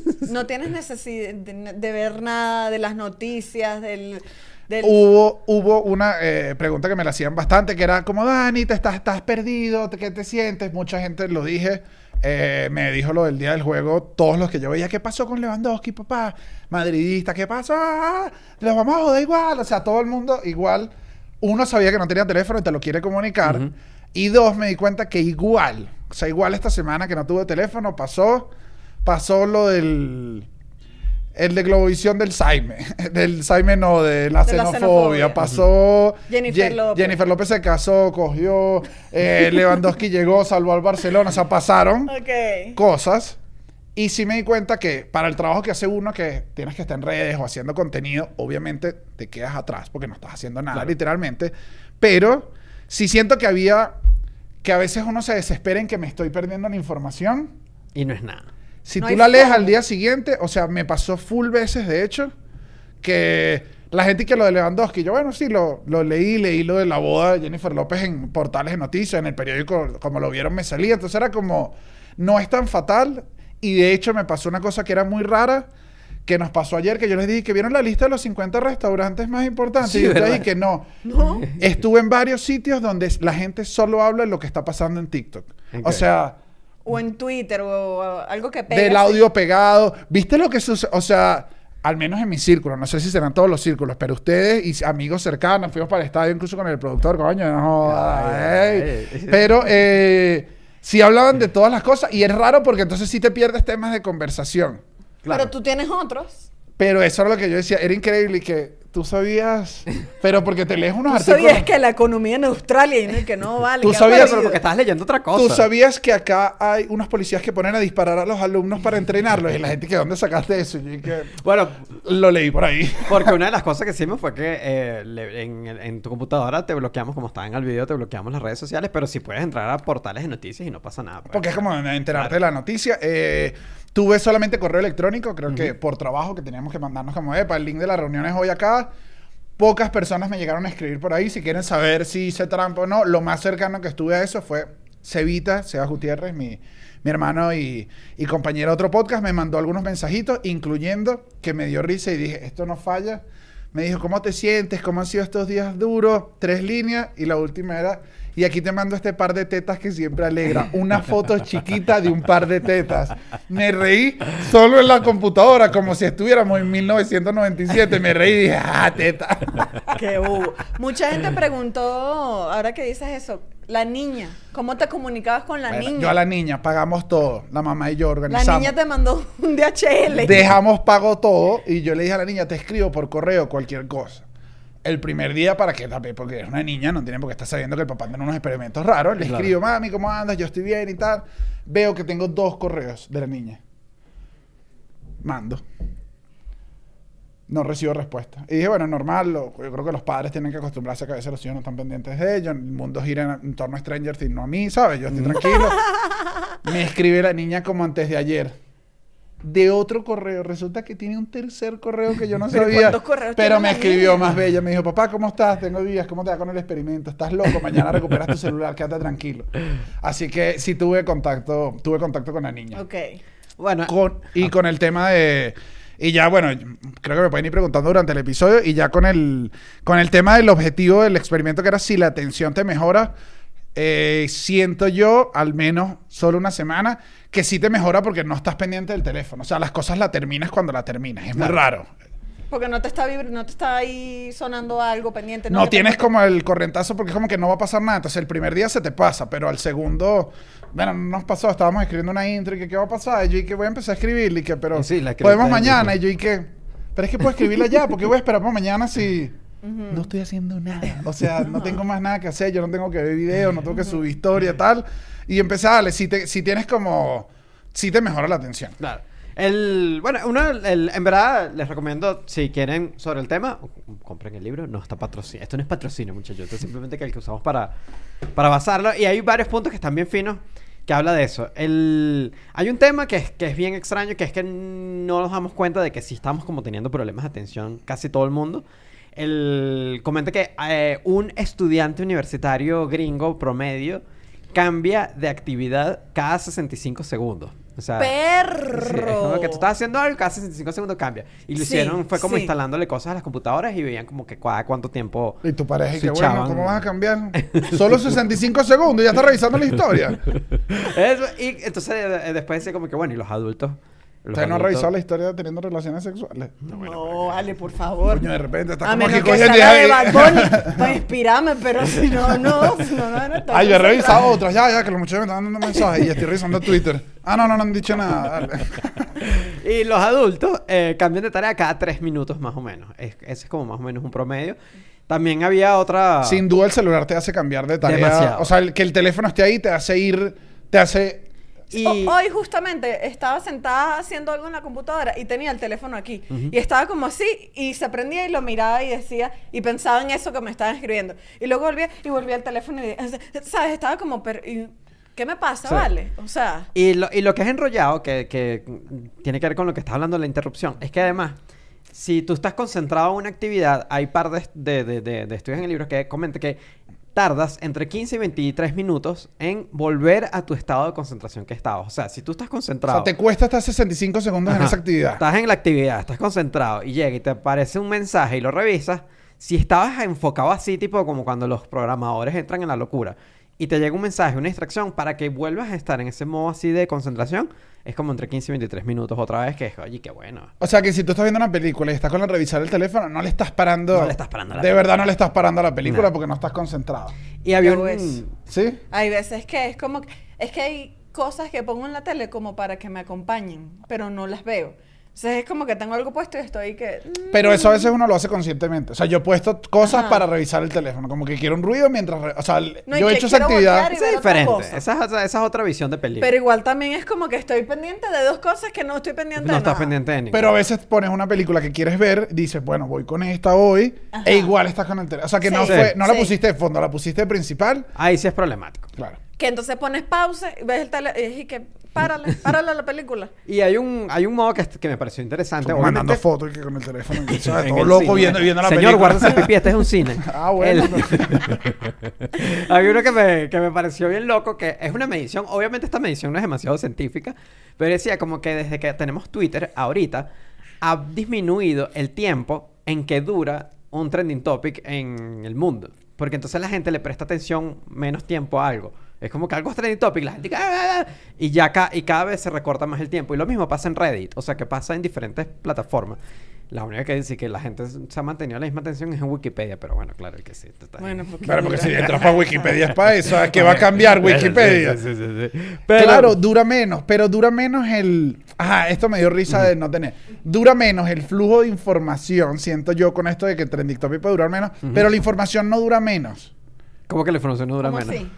No tienes necesidad de, de ver nada de las noticias, del... del- Hubo, hubo una eh, pregunta que me la hacían bastante, que era como, Dani, te estás, estás perdido, ¿qué te sientes? Mucha gente lo dije, eh, me dijo lo del día del juego, todos los que yo veía, ¿qué pasó con Lewandowski, papá? Madridista, ¿qué pasó? ¡Ah! Los vamos a joder igual, o sea, todo el mundo igual. Uno sabía que no tenía teléfono y te lo quiere comunicar. Ujú. Y dos, me di cuenta que igual, o sea, igual esta semana que no tuve teléfono, pasó, pasó lo del... El de Globovisión del Saime. Del Saime no, de la, De la xenofobia. xenofobia. Pasó... Jennifer Ye- López. Jennifer López se casó, cogió... eh, Lewandowski llegó, salvó al Barcelona. O sea, pasaron Ok. cosas. Y sí me di cuenta que para el trabajo que hace uno, que tienes que estar en redes o haciendo contenido, obviamente te quedas atrás porque no estás haciendo nada, Claro. literalmente. Pero sí siento que había... Que a veces uno se desespera en que me estoy perdiendo la información. Y no es nada. Si No tú hay la lees forma. al día siguiente, o sea, me pasó full veces, de hecho, que la gente que lo de Lewandowski, yo, bueno, sí, lo, lo leí, leí lo de la boda de Jennifer López en portales de noticias, en el periódico, como lo vieron, me salía. Entonces era como, no es tan fatal. Y de hecho me pasó una cosa que era muy rara, que nos pasó ayer, que yo les dije que vieron la lista de los cincuenta restaurantes más importantes. Sí, y yo les ¿verdad? dije que no. No. Estuve en varios sitios donde la gente solo habla de lo que está pasando en TikTok. Ok. O sea... O en Twitter o, o algo que pega. Del audio pegado. ¿Viste lo que sucede? O sea, al menos en mi círculo, no sé si serán todos los círculos, pero ustedes y amigos cercanos, fuimos para el estadio incluso con el productor, coño, no jodas, Ay, ey. ay. Pero eh, sí hablaban de todas las cosas y es raro porque entonces sí te pierdes temas de conversación. Claro. Pero tú tienes otros. Pero eso era lo que yo decía, era increíble y que tú sabías, pero porque te lees unos ¿Tú artículos. sabías que la economía en Australia y no, que no vale? Tú que ha sabías, Pero perdido? porque estabas leyendo otra cosa. ¿Tú sabías que acá hay unos policías que ponen a disparar a los alumnos para entrenarlos? Y la gente que, ¿dónde sacaste eso? Y yo dije, Bueno, lo leí por ahí. porque una de las cosas que hicimos fue que eh, le- en, el- en tu computadora te bloqueamos, como estaba en el video, te bloqueamos las redes sociales, pero sí puedes entrar a portales de noticias y no pasa nada. pues. Porque es como enterarte Claro. de la noticia. Eh, tuve solamente correo electrónico, creo que por trabajo, que teníamos que mandarnos como, epa, el link de la reunión es hoy acá. Pocas personas me llegaron a escribir por ahí si quieren saber si hice trampa o no. Lo más cercano que estuve a eso fue Cevita, Sebas Gutiérrez, mi, mi hermano y, y compañero de otro podcast, me mandó algunos mensajitos, incluyendo que me dio risa y dije, esto no falla. Me dijo, ¿cómo te sientes? ¿Cómo han sido estos días duros? Tres líneas. Y la última era, y aquí te mando este par de tetas que siempre alegra. Una foto chiquita de un par de tetas. Me reí solo en la computadora, como si estuviéramos en mil novecientos noventa y siete. Me reí y dije, ah, teta. Qué hubo. Mucha gente preguntó, ahora que dices eso, la niña, ¿cómo te comunicabas con la Bueno, niña? yo a la niña pagamos todo. La mamá y yo La organizamos. niña te mandó un D H L. Dejamos pago todo y yo le dije a la niña, te escribo por correo cualquier cosa. El primer día para que también, porque es una niña, no tiene por qué estar sabiendo que el papá tiene unos experimentos raros. Le Claro. escribo, mami, ¿cómo andas? Yo estoy bien y tal. Veo que tengo dos correos de la niña. Mando. No recibo respuesta. Y dije, bueno, normal, lo- yo creo que los padres tienen que acostumbrarse a que a veces los hijos no están pendientes de ellos. El mundo gira en, en torno a Stranger Things, no a mí, ¿sabes? Yo estoy tranquilo. Me escribe la niña como antes de ayer. De otro correo. Resulta que tiene un tercer correo que yo no Pero sabía. ¿cuántos correos Pero tiene me la escribió niña? más bella. Me dijo, papá, ¿cómo estás? Tengo días. ¿Cómo te va con el experimento? ¿Estás loco? Mañana recuperas tu celular. Quédate tranquilo. Así que sí tuve contacto, tuve contacto con la niña. Ok. Bueno, Con, y con el tema de... Y ya, bueno, creo que me pueden ir preguntando durante el episodio. Y ya con el, con el tema del objetivo del experimento, que era si la atención te mejora, eh, siento yo, al menos solo una semana, que sí te mejora porque no estás pendiente del teléfono. O sea, las cosas las terminas cuando la terminas. Es muy Claro. raro. Porque no te está vibr- no te está ahí sonando algo pendiente. No que tienes tengo- como el correntazo porque es como que no va a pasar nada. Entonces el primer día se te pasa, pero al segundo, bueno, no nos pasó, estábamos escribiendo una intro y que qué va a pasar. Y yo y que voy a empezar a escribir y que, pero Sí, la escribiste podemos ahí mañana. mismo. Y yo y que, pero es que puedo escribirla ya, porque voy a esperar para mañana si no estoy haciendo nada. O sea, no tengo más nada que hacer, yo no tengo que ver videos, no tengo que subir historia, tal. Y empecé a darle, si, te, si tienes como, si te mejora la atención. claro. El, bueno, uno, el- en verdad, les recomiendo, si quieren sobre el tema, compren el libro. No está patrocinio. Esto no es patrocinio, muchachos. Esto es simplemente que el que usamos para, para basarlo. Y hay varios puntos que están bien finos que habla de eso. El, hay un tema que es, que es bien extraño, que es que no nos damos cuenta de que sí estamos como teniendo problemas de atención casi todo el mundo. El, comenta que eh, un estudiante universitario gringo promedio cambia de actividad cada sesenta y cinco segundos. O sea, ¡Perro! sí, es como que tú estás haciendo algo y cada sesenta y cinco segundos cambia. Y lo Sí, hicieron, fue como sí. instalándole cosas a las computadoras y veían como que cada cuánto tiempo. Y tu pareja, y que switchaban. bueno, ¿cómo vas a cambiar? Solo sesenta y cinco segundos, ya estás revisando la historia. Eso, y entonces eh, después decía como que bueno, y los adultos ¿Usted no ha revisado la historia de teniendo relaciones sexuales? No, no vale, por favor. Coño, de repente está a como menos que que coño sea la de ahí. Bad Bunny, para inspirarme, pero si no, no, si no, no, no estoy Ay, yo he concentrada. revisado otras, ya, ya, que los muchachos me están dando mensajes y estoy revisando Twitter. Ah, no, no, no han dicho nada. Dale. Y los adultos eh, cambian de tarea cada tres minutos más o menos. Es, ese es como más o menos un promedio. También había otra... Sin duda el celular te hace cambiar de tarea. Demasiado. O sea, el, que el teléfono esté ahí te hace ir, te hace... Y... O- hoy justamente estaba sentada haciendo algo en la computadora y tenía el teléfono aquí. Uh-huh. Y estaba como así y se prendía y lo miraba y decía y pensaba en eso que me estaban escribiendo. Y luego volvía y volvía al teléfono y, ¿sabes? Estaba como, pero, ¿y ¿qué me pasa, Sí. vale? O sea... Y lo, y lo que es enrollado, que, que tiene que ver con lo que estás hablando de la interrupción, es que además, si tú estás concentrado en una actividad, hay par de, de, de, de, de estudios en el libro que comentan que tardas entre quince y veintitrés minutos en volver a tu estado de concentración que estabas. O sea, si tú estás O concentrado... sea, te cuesta hasta sesenta y cinco segundos en Ajá. esa actividad. Estás en la actividad, estás concentrado y llega y te aparece un mensaje y lo revisas. Si estabas enfocado así, tipo como cuando los programadores entran en la locura y te llega un mensaje, una distracción, para que vuelvas a estar en ese modo así de concentración, es como entre quince y veintitrés minutos otra vez, que es, oye, qué bueno. O sea, que si tú estás viendo una película y estás con el revisar el teléfono, no le estás parando... No le estás parando a la De película. verdad no le estás parando a la película No. porque no estás concentrado. Y había Ya un... ves. ¿Sí? Hay veces que es como... Es que hay cosas que pongo en la tele como para que me acompañen, pero no las veo. Entonces es como que tengo algo puesto y estoy que... mm, Pero eso a veces uno lo hace conscientemente. O sea, yo he puesto cosas Ajá. para revisar el teléfono. Como que quiero un ruido mientras... re- O sea, No, yo y he que hecho esa quiero actividad... voltear y Esa es ver otra diferente. cosa. Esa, es otra- esa es otra visión de película. Pero igual también es como que estoy pendiente de dos cosas que no estoy pendiente no de estás nada. pendiente de ninguna. Pero a veces pones una película que quieres ver, dices, bueno, voy con esta hoy, Ajá. e igual estás con el teléfono. O sea, que no Sí. fue, no la Sí. pusiste de fondo, la pusiste de principal. Ahí sí es problemático. Claro. Que entonces pones pausa y ves el teléfono y que párale, párale la película. Y hay un, hay un modo que, que me pareció interesante. Tú mandando obviamente. fotos y que con el teléfono, y, ¿sabes? En Todo el loco cine. viendo, viendo la Señor, película. guárdese el pipí, este es un cine. Ah, bueno. El- Había uno que me, que me pareció bien loco, que es una medición. Obviamente esta medición no es demasiado científica, pero decía como que desde que tenemos Twitter, ahorita, ha disminuido el tiempo en que dura un trending topic en el mundo. Porque entonces la gente le presta atención menos tiempo a algo. Es como que algo es trending topic, la gente... ¡ah! Y ya ca y cada vez se recorta más el tiempo. Y lo mismo pasa en Reddit. O sea, que pasa en diferentes plataformas. La única que dice que la gente se ha mantenido la misma atención es en Wikipedia. Pero bueno, claro, el que sí. Está Bueno, porque... Claro, porque si entras para Wikipedia es para eso, es que va a cambiar Wikipedia. Sí, sí, sí, sí. Pero- Claro, dura menos, pero dura menos el... Ajá, esto me dio risa de no tener. Dura menos el flujo de información, siento yo con esto de que Trending Topic puede durar menos, pero la información no dura menos. ¿Cómo que la información no dura ¿Cómo menos? así?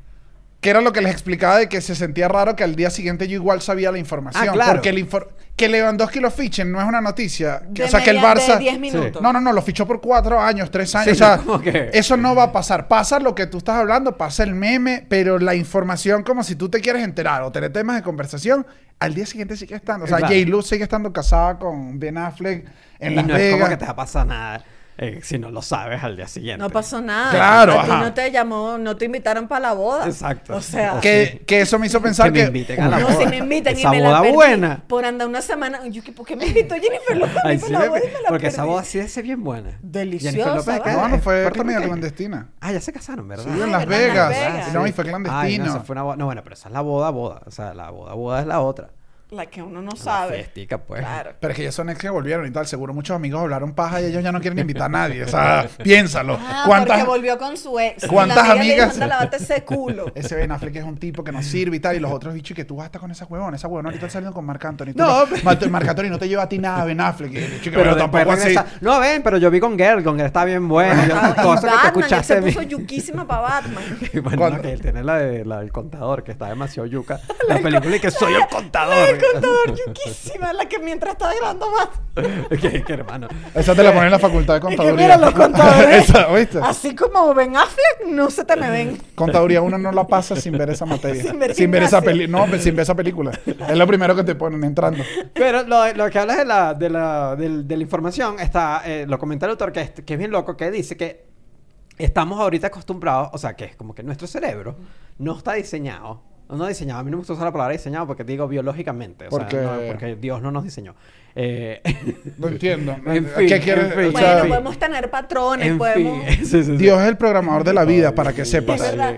Que era lo que les explicaba de que se sentía raro que al día siguiente yo igual sabía la información. Ah, claro. Porque el infor- que Lewandowski lo fichen no es una noticia. Que- De o sea, que el media- Barça... de diez minutos. No, no, no, lo fichó por cuatro años, tres años. Sí, o sea, ¿cómo que? eso no va a pasar. Pasa lo que tú estás hablando, pasa el meme, pero la información, como si tú te quieres enterar o tener temas de conversación, al día siguiente sigue estando. O sea, Claro. J-Lo sigue estando casada con Ben Affleck en Y Las no Vegas. es como que te va a pasar nada eh, si no lo sabes al día siguiente. No pasó nada. Claro, A ti ajá. no te llamó, no te invitaron para la boda. Exacto. O sea... O Que, que eso me hizo pensar Que que... me inviten a la No, boda. si me invitan Esa y me la boda perdí buena. por andar una semana. Yo, ¿qué- ¿por qué me invitó Jennifer López a mí Ay, para sí, la me- boda y me la porque esa perdí? boda sí debe ser bien buena. Deliciosa, Jennifer López, ¿vale? No, no, fue puertorriqueña. medio clandestina. Ah, ya se casaron, ¿verdad? Sí, Ah, en Las ¿verdad? En Las Vegas. Vegas. No, y fue Ay, clandestino. no, esa fue una boda. No, bueno, pero esa es la boda, boda. O sea, la boda, boda es la otra. La que uno no La sabe. fiestica, pues. Claro. Pero es que ya son ex que volvieron y tal. Seguro muchos amigos hablaron paja y ellos ya no quieren invitar a nadie. O sea, piénsalo. Ah, ¿Cuántas... porque volvió con su ex. ¿Cuántas Y la amiga le dijo, amigas? anda, lávate ese culo. Ese Ben Affleck es un tipo que nos sirve y tal. Y los otros bichos que tú vas a estar con esa huevona. Esa huevona ahorita está saliendo con Marc Anthony. Tú No, no, pero- Marc Marc Anthony no te lleva a ti nada, Ben Affleck. Y el bicho que, Pero bueno, después tampoco así. regresa. No, ven, pero yo vi con Girl. Con Girl está bien buena. Yo, Ah, y cosas que tú Batman, él escuchaste se de mí. puso yuquísima para Batman. Y bueno, Cuando- no, que él tiene la, de, la del contador, que está demasiado yuca. La película y que soy el contador. El contador yuquísima, la que mientras está grabando Batman. que, que hermano. Esa te la ponen en la facultad de Y que contaduría. mira los contadores. Esa, ¿oíste? Así como Ben Affleck, no se te me ven. Contaduría uno no la pasa sin ver esa materia. Sin ver sin ver esa gimnasia. peli No, sin ver esa película. Es lo primero que te ponen entrando. Pero lo, lo que hablas de la, de la, del- de la información, está, eh, lo comenta el autor, que es, que es bien loco, que dice que estamos ahorita acostumbrados, o sea, que es como que nuestro cerebro no está diseñado, no diseñado, a mí no me gusta usar la palabra diseñado porque digo biológicamente, o Porque- sea, no, porque Dios no nos diseñó. Eh, No entiendo. En fin, ¿Qué quieres? en fin. O Bueno, sea, podemos tener patrones, en podemos... fin. Sí, sí, sí. Dios es el programador de la vida, para que Sí, sepas. Es verdad.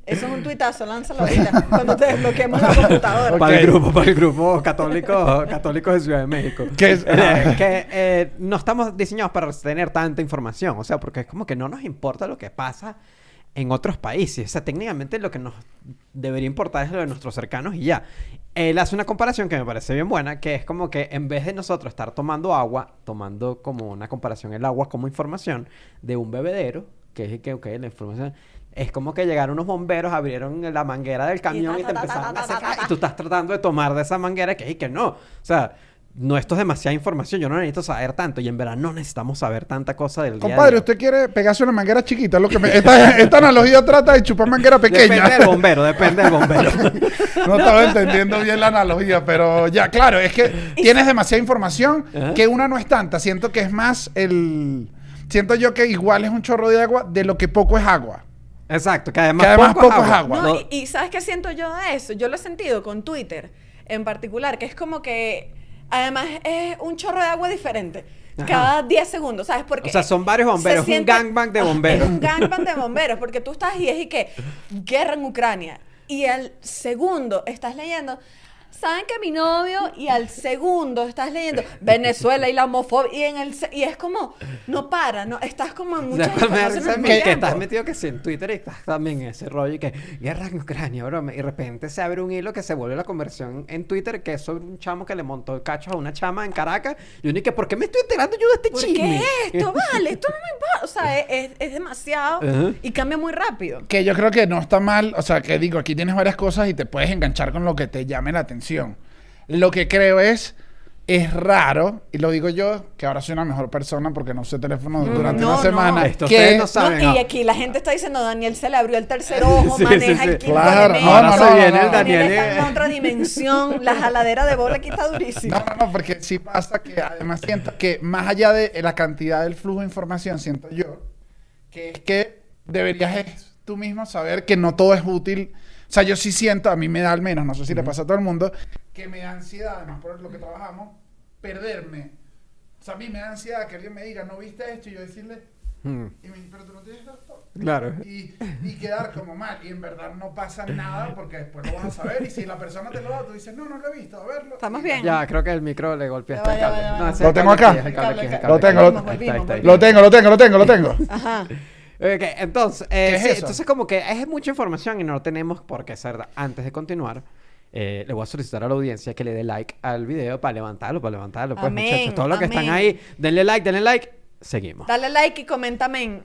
Eso es un tuitazo, lánzalo ahorita, cuando te desbloqueemos la computadora. Okay. Para el grupo, para el grupo católico, católicos de Ciudad de México. ¿Qué es? Eh, que eh, no estamos diseñados para tener tanta información. O sea, porque es como que no nos importa lo que pasa en otros países. O sea, técnicamente lo que nos debería importar es lo de nuestros cercanos y ya. Él hace una comparación que me parece bien buena, que es como que en vez de nosotros estar tomando agua, tomando como una comparación el agua como información de un bebedero, que es que, ok, la información... Es como que llegaron unos bomberos, abrieron la manguera del camión y, y te empezaron a hacer... Y tú estás tratando de tomar de esa manguera que es que no. O sea, no, esto es demasiada información. Yo no necesito saber tanto. Y en verdad no necesitamos saber tanta cosa del día a día. Compadre, usted quiere pegarse una manguera chiquita. Lo que me... esta, esta analogía trata de chupar manguera pequeña. Depende del bombero, depende del bombero. No estaba entendiendo bien la analogía, pero ya, claro, es que tienes demasiada información Ajá. que una no es tanta. Siento que es más el... Siento yo que igual es un chorro de agua de lo que poco es agua. Exacto, que además, que además poco, poco es es agua. agua. No, y, y ¿sabes qué siento yo de eso? Yo lo he sentido con Twitter en particular, que es como que además es un chorro de agua diferente. Ajá. Cada diez segundos, ¿sabes? Porque O sea, son varios bomberos, se un gangbang de bomberos. Es un gangbang de bomberos, porque tú estás y es y que guerra en Ucrania. Y al segundo estás leyendo, ¿saben que mi novio? Y al segundo estás leyendo Venezuela y la homofobia. Y, en el, se- y es como, no para, no estás como en muchas Después me da informaciones risa al que, mismo que estás tiempo. metido que sí en Twitter y estás también en ese rollo y que guerra en Ucrania, bro. Y de repente se abre un hilo que se vuelve la conversión en Twitter que es sobre un chamo que le montó cachos a una chama en Caracas. Y uno y que, ¿por qué me estoy enterando yo de este ¿Por chisme? qué esto? Vale, esto no me importa. O sea, es, es, es demasiado Ajá. y cambia muy rápido. Que yo creo que no está mal, o sea, que digo, aquí tienes varias cosas y te puedes enganchar con lo que te llame la atención. Lo que creo es, es raro, y lo digo yo, que ahora soy una mejor persona porque no usé teléfono durante no, una no. semana. Esto que ustedes no No, saben. y ah. aquí la gente está diciendo, Daniel se le abrió el tercer ojo, Sí, maneja sí, sí. el quinto Claro, elemento. no, no, Ahora no, se viene no, el no. Daniel. está en otra dimensión, la jaladera de bola aquí está durísima. No, no, no, porque sí pasa que además siento que más allá de la cantidad del flujo de información, siento yo, que es que deberías es tú mismo saber que no todo es útil. O sea, yo sí siento, a mí me da al menos, no sé si le pasa a todo el mundo, que me da ansiedad, además por lo que trabajamos, perderme. O sea, a mí me da ansiedad que alguien me diga, ¿no viste esto? Y yo decirle, Hmm, y me, pero tú no tienes esto. Claro. Y, y quedar como mal. Y en verdad no pasa nada porque después lo vas a saber. Y si la persona te lo da, tú dices, no, no lo he visto, a verlo. Estamos Y- bien. Ya, creo que el micro le golpeaste Ya va, el ya cable. va, ya va. No, ese ¿Lo es el tengo cable acá? aquí, es el cable aquí, es el Lo cable tengo, aquí. lo- Ahí está, ahí está, ahí está. Lo tengo, lo tengo, lo tengo, lo tengo. Ajá. Ok, entonces, eh, ¿Qué es sí, eso? entonces como que es mucha información y no tenemos por qué ser. Antes de continuar, eh, le voy a solicitar a la audiencia que le dé like al video para levantarlo, para levantarlo. Pues Amén, muchachos, todos los que están amén. ahí, denle like, denle like, seguimos. Dale like y coméntame.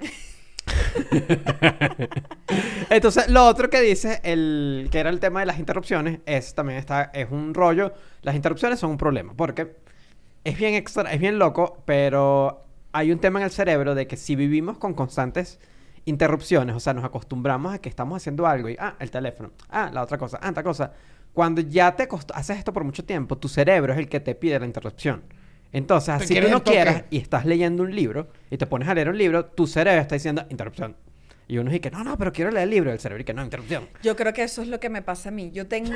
Entonces, lo otro que dice, el, que era el tema de las interrupciones, es también está, es un rollo. Las interrupciones son un problema, porque es bien extra, es bien loco, pero hay un tema en el cerebro de que si vivimos con constantes interrupciones, o sea, nos acostumbramos a que estamos haciendo algo y, ah, el teléfono, ah, la otra cosa, ah, esta cosa. Cuando ya te acost- haces esto por mucho tiempo, tu cerebro es el que te pide la interrupción. Entonces, Te así quieres tú no el toque. quieras y estás leyendo un libro y te pones a leer un libro, tu cerebro está diciendo interrupción. Y uno dice que no, no, pero quiero leer el libro. El cerebro dice que no, interrupción. Yo creo que eso es lo que me pasa a mí. Yo tengo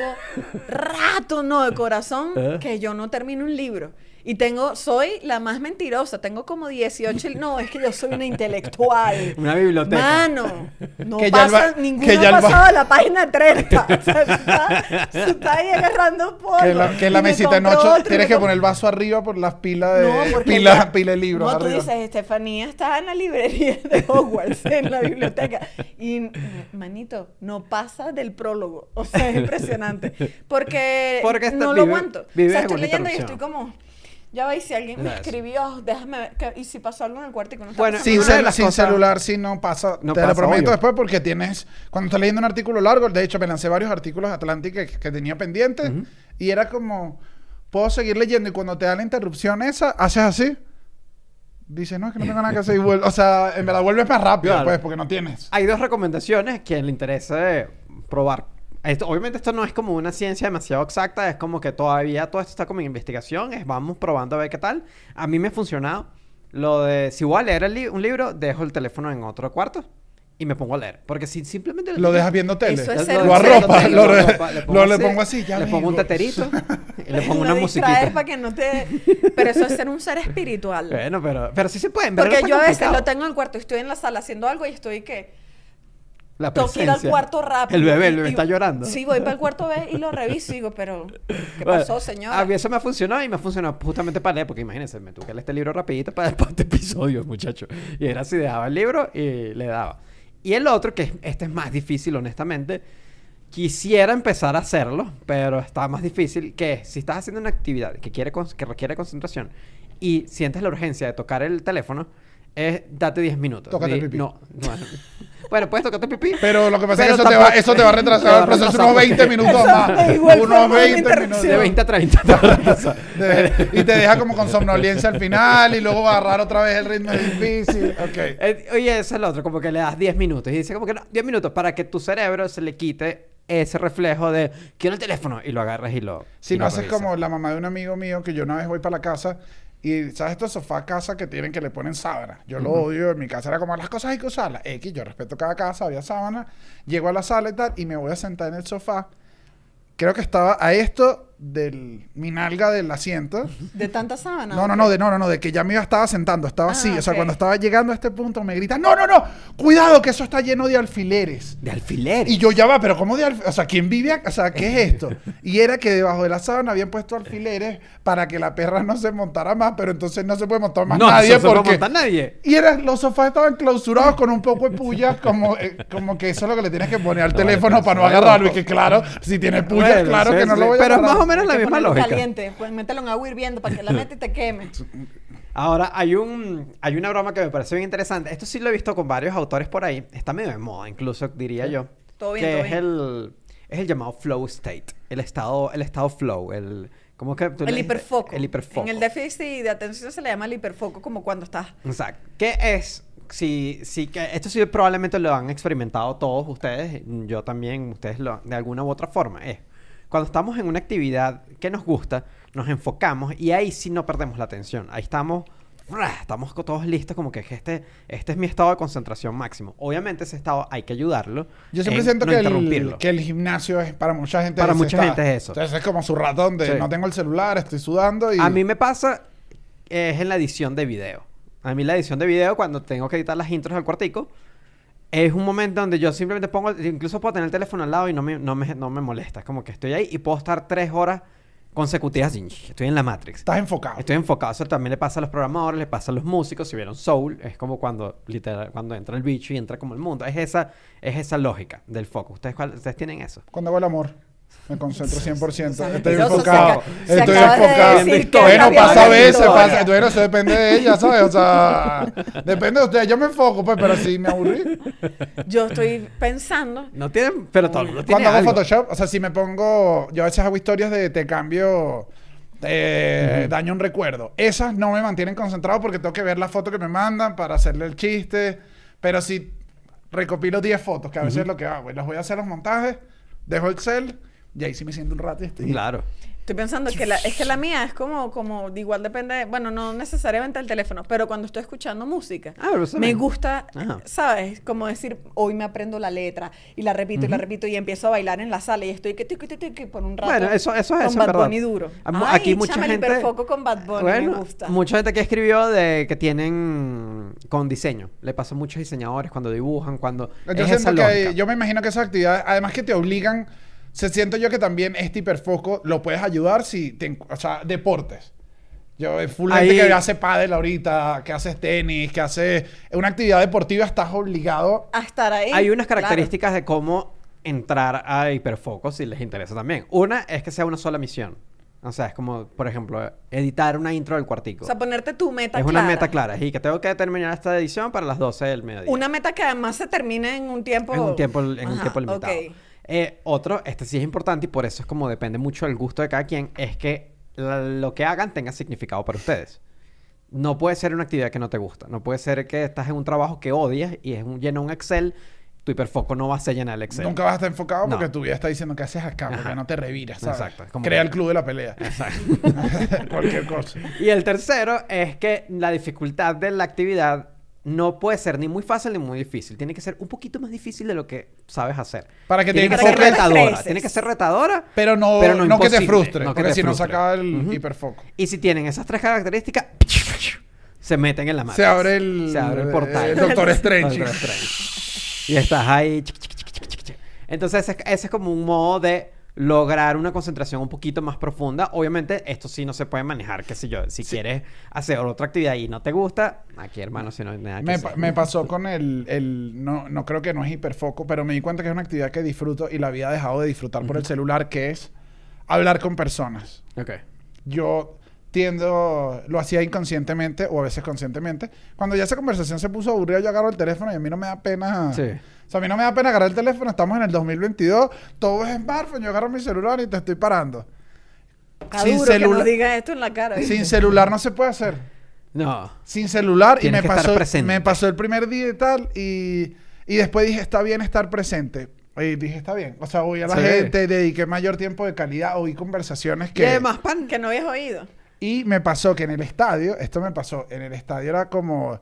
rato, no, de corazón, ¿Eh? que yo no termino un libro. Y tengo, soy la más mentirosa. Tengo como dieciocho. No, es que yo soy una intelectual. Una biblioteca. Mano, no Que ya el pasa, ba- ninguno que ya ha el ba- pasado de la página treinta. O sea, se está, se está ahí agarrando polvo. Que la, que la Y me mesita en compró ocho, otro y tienes me que comp- poner el vaso arriba por las pilas de No, porque pila, ya- pila de libros No, tú arriba. dices, Estefanía está en la librería de Hogwarts, en la biblioteca. Y, manito, no pasa del prólogo. O sea, es impresionante. Porque, Porque está- no lo vive- aguanto. vive O sea, en estoy una leyendo y interrupción. estoy como... Ya va, y si alguien me Eso. escribió, déjame ver. que- y si pasó algo en el cuarto y que no está Bueno, pasando Sin, una de cel- las sin cosas- celular, sí no pasa. No te pasa, lo prometo obvio. después porque tienes... Cuando estás leyendo un artículo largo, de hecho me lancé varios artículos de Atlantic que, que tenía pendientes Ujú. y era como... Puedo seguir leyendo y cuando te da la interrupción esa, haces así. Dices, no, es que no tengo nada que hacer y vuelve. O sea, en verdad vuelves más rápido, Claro. pues, porque no tienes. Hay dos recomendaciones que le interesa eh, probar. Esto, obviamente esto no es como una ciencia demasiado exacta, es como que todavía todo esto está como en investigación, es vamos probando a ver qué tal. A mí me ha funcionado lo de, si voy a leer el li- un libro, dejo el teléfono en otro cuarto y me pongo a leer. Porque si simplemente... Lo dejas viendo tele. Eso es Lo- ser lo un Lo ser arropa, espiritual. lo, re- le lo- pongo le así, pongo así, ya le pongo un vengo. teterito y le pongo Lo una distraes musiquita. para que no te... Pero eso es ser un ser espiritual. Bueno, pero, pero sí se puede. en verdad Porque no yo a está veces complicado. lo tengo en el cuarto, estoy en la sala haciendo algo y estoy que... La tengo que ir al presencia. cuarto rápido. El bebé, el Y- bebé y- está llorando. Sí, voy para el cuarto bebé y lo reviso y digo, pero ¿qué Bueno, pasó, señora? A mí eso me funcionó y me funcionó justamente para leer, porque imagínense, me tuve que leer este libro rapidito para después de este episodio, muchacho. Y era así, dejaba el libro y le daba. Y el otro, que es- este es más difícil, honestamente, quisiera empezar a hacerlo, pero está más difícil, que es, si estás haciendo una actividad que, quiere con- que requiere concentración y sientes la urgencia de tocar el teléfono, es date diez minutos. Tócate Di- pipí. No, no. Bueno, puedes tocarte pipí. Pero lo que pasa es Pero que eso te, va, tampoco- eso te va a te retrasar va el a proceso retrasar unos veinte porque- minutos Eso más. de igual Unos forma de veinte interrupción. minutos. De veinte a treinta. te va a retrasar. De- y te deja como con somnolencia al final y luego agarrar otra vez el ritmo es difícil. Ok. Eh, Oye, eso es lo otro, como que le das diez minutos y dice como que no, diez minutos para que tu cerebro se le quite ese reflejo de quiero el teléfono y lo agarras y lo Si y no lo haces revisas. como la mamá de un amigo mío que yo una vez voy para la casa y ¿sabes estos sofás casa que tienen que le ponen sábana? Yo lo odio, en mi casa era como las cosas hay que usarlas. X, yo respeto cada casa, había sábana. Llego a la sala y tal y me voy a sentar en el sofá. Creo que estaba a esto del mi nalga del asiento. ¿De tanta sábana? No, no, no, de no, no, no, de que ya me iba estaba sentando, estaba Ah, así, o sea, ok. cuando estaba llegando a este punto me grita, "No, no, no, cuidado que eso está lleno de alfileres." De alfiler. Y yo ya va, pero ¿cómo de alfileres? O sea, ¿quién vive acá? O sea, ¿qué es esto? Y era que debajo de la sábana habían puesto alfileres para que la perra no se montara más, pero entonces no se puede montar más no, nadie eso se lo porque... monta nadie. Y era, los sofás estaban clausurados con un poco de pullas, como, eh, como que eso es lo que le tienes que poner al No, teléfono vale, para no pero agarrarlo. Y bueno. que claro, si tiene pullas, Bueno, claro sí, que no sí, lo voy a pero es agarrar. más o menos la Hay que misma ponerlo lógica. caliente, pues mételo en agua hirviendo para que la meta y te queme. Ahora, hay un hay una broma que me parece bien interesante. Esto sí lo he visto con varios autores por ahí. Está medio de moda, incluso, diría yo. Todo bien, que todo es bien. el es el llamado flow state. El estado, el estado flow. El, ¿cómo que tú le El dijiste? hiperfoco. El hiperfoco. En el déficit de atención se le llama el hiperfoco como cuando estás... Exacto. ¿Qué es? Sí, sí, que esto sí probablemente lo han experimentado todos ustedes, yo también, ustedes lo, de alguna u otra forma. Es cuando estamos en una actividad que nos gusta, nos enfocamos y ahí sí no perdemos la atención. Ahí estamos, ¡fra! Estamos co- todos listos, como que este, este es mi estado de concentración máximo. Obviamente ese estado hay que ayudarlo. Yo siempre en siento no que, el, interrumpirlo. que el gimnasio es para mucha gente. Para ese mucha está. gente es eso. Entonces es como su rato donde Sí. no tengo el celular, estoy sudando y... A mí me pasa es en la edición de video. A mí la edición de video, cuando tengo que editar las intros del cuartico, es un momento donde yo simplemente pongo... Incluso puedo tener el teléfono al lado y no me, no me, no me molesta. Es como que estoy ahí y puedo estar tres horas consecutivas. Así, estoy en la Matrix. Estás enfocado. Estoy enfocado. Eso también le pasa a los programadores, le pasa a los músicos. Si vieron Soul, es como cuando literal, cuando entra el bicho y entra como el mundo. Es esa, es esa lógica del foco. ¿Ustedes, cuál- ustedes tienen eso? Cuando hago el amor, me concentro cien por ciento. Estoy Mentiroso, enfocado. se aca- se Estoy acaba de enfocado. decir que Bueno, había pasa a una veces, historia. pasa. Bueno, eso depende de ella, ¿sabes? O sea, depende de ustedes. Yo me enfoco, pues, pero si me aburrí. Yo estoy pensando... No tienen... Pero todo el mundo tiene Cuando hago algo. Photoshop, o sea, si me pongo... Yo a veces hago historias de te cambio... eh, daño un recuerdo. Esas no me mantienen concentrado porque tengo que ver la foto que me mandan para hacerle el chiste. Pero si recopilo diez fotos, que a veces es lo que hago, y las voy a hacer los montajes, dejo Excel y ahí sí me siento un rato y estoy... Claro. Estoy pensando que la, es que la mía es como, como, de igual depende, de- bueno, no necesariamente del teléfono, pero cuando estoy escuchando música, Ah, pero eso me también. gusta, Ajá. ¿sabes? Como decir, hoy me aprendo la letra y la repito y la repito y empiezo a bailar en la sala y estoy que tiqui, tiqui, tiqui por un rato. Bueno, eso, eso es con eso, Bad en verdad. Bunny duro. Am- Ay, Aquí mucha chama, el gente... hiperfoco con Bad Bunny, Bueno, me gusta. mucha gente que escribió de que tienen con diseño. Le pasa a muchos diseñadores cuando dibujan, cuando... Yo es esa siento que... lógica. Yo me imagino que esas actividades, además que te obligan... Se siento yo que también este hiperfoco lo puedes ayudar si... Te, encu- o sea, deportes. Yo, eh, full gente Ahí- que hace pádel ahorita, que haces tenis, que hace... Una actividad deportiva estás obligado... A estar ahí. Hay unas claro. características de cómo entrar a hiperfoco si les interesa también. Una es que sea una sola misión. O sea, es como, por ejemplo, editar una intro del cuartico. O sea, ponerte tu meta es clara. una meta clara. Y que tengo que terminar esta edición para las doce del mediodía. Una meta que además se termine en un tiempo... En un tiempo, en un Ajá, tiempo limitado. ok. Eh, otro, este sí es importante y por eso es como depende mucho del gusto de cada quien, es que la- lo que hagan tenga significado para ustedes. No puede ser una actividad que no te gusta. No puede ser que estás en un trabajo que odias y es un, llena un Excel. Tu hiperfoco no va a ser llenar el Excel. Nunca vas a estar enfocado porque No. tu vida está diciendo que haces acá, porque Ajá. no te reviras, ¿sabes? Exacto, es como- Crea el club de la pelea. Exacto. Cualquier cosa. Y el tercero es que la dificultad de la actividad no puede ser ni muy fácil ni muy difícil. Tiene que ser un poquito más difícil de lo que sabes hacer. Para que te Tiene que enfoques- ser retadora. estreses. Tiene que ser retadora. Pero no, Pero no, no que te imposible, frustre, no que porque te si no se frustre. acaba el Ujú. hiperfoco. Y si tienen esas tres características, se meten en la Matrix. Se abre el, Se abre el portal. eh, Doctor Strange. Doctor Strange. Y estás ahí. chic, chic, Entonces ese, ese es como un modo de lograr una concentración un poquito más profunda. Obviamente esto sí no se puede manejar, qué sé yo. Si Sí. quieres hacer otra actividad y no te gusta, aquí hermano, si no hay nada que Me, hacer. pa- me pasó con el, el no, no creo que no es hiperfoco, pero me di cuenta que es una actividad que disfruto y la había dejado de disfrutar por el celular, que es hablar con personas. Ok. Yo tiendo, lo hacía inconscientemente o a veces conscientemente. Cuando ya esa conversación se puso aburrida, yo agarro el teléfono y a mí no me da pena. Sí. O sea, a mí no me da pena agarrar el teléfono, estamos en el dos mil veintidós, todo es smartphone, yo agarro mi celular y te estoy parando. Está Sin duro que celula- nos digas esto en la cara. ¿viste? Sin celular no se puede hacer. No. Sin celular y Tienes me que estar pasó, presente. me pasó el primer día y tal y, y después dije, está bien estar presente. Y dije, está bien. O sea, oí a la Sí. gente, dediqué mayor tiempo de calidad, oí conversaciones Y que... además, pan. Que no habías oído. Y me pasó que en el estadio, esto me pasó, en el estadio era como,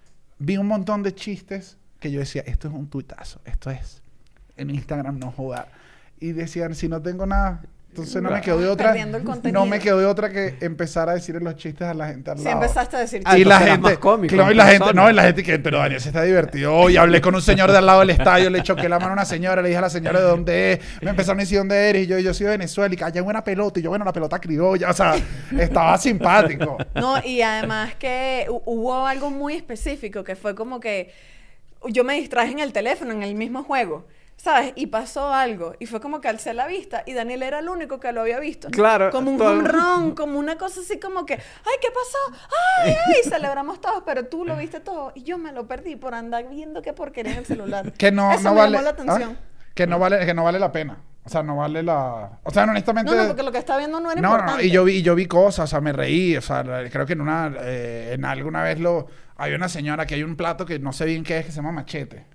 vi un montón de chistes que yo decía, esto es un tuitazo, esto es, en Instagram no joda. Y decían, si no tengo nada, entonces no me quedó de otra, Perdiendo el contenido. no me quedó de otra que empezar a decir los chistes a la gente al Si lado. empezaste a decir Ah, Y la entonces eras gente, más cómico, claro, y en la gente, persona. no, y la gente que, pero Daniel se está divertido. Y hablé con un señor de al lado del estadio, le choqué la mano a una señora, le dije a la señora de dónde es, me empezaron a decir dónde eres, y yo, yo soy de Venezuela, y que allá hay buena pelota, y yo, bueno, la pelota criolla, o sea, estaba simpático. No, y además que hu- hubo algo muy específico que fue como que yo me distraje en el teléfono, en el mismo juego, ¿sabes? Y pasó algo. Y fue como que alcé la vista y Daniel era el único que lo había visto. Claro, Como un todo- home run, como una cosa así como que, ¡ay, qué pasó! ¡Ay, ay! Celebramos todos, pero tú lo viste todo y yo me lo perdí por andar viendo qué porquería en el celular. Que no, Eso no me vale, llamó la atención. ¿ah? que no vale, que no vale la pena. O sea, no vale la, o sea, honestamente. No, no, porque lo que estaba viendo no era No, no, importante. y yo vi, y yo vi cosas, o sea, me reí, o sea, la- creo que en una, eh, en alguna vez lo, hay una señora que hay un plato que no sé bien qué es, que se llama machete.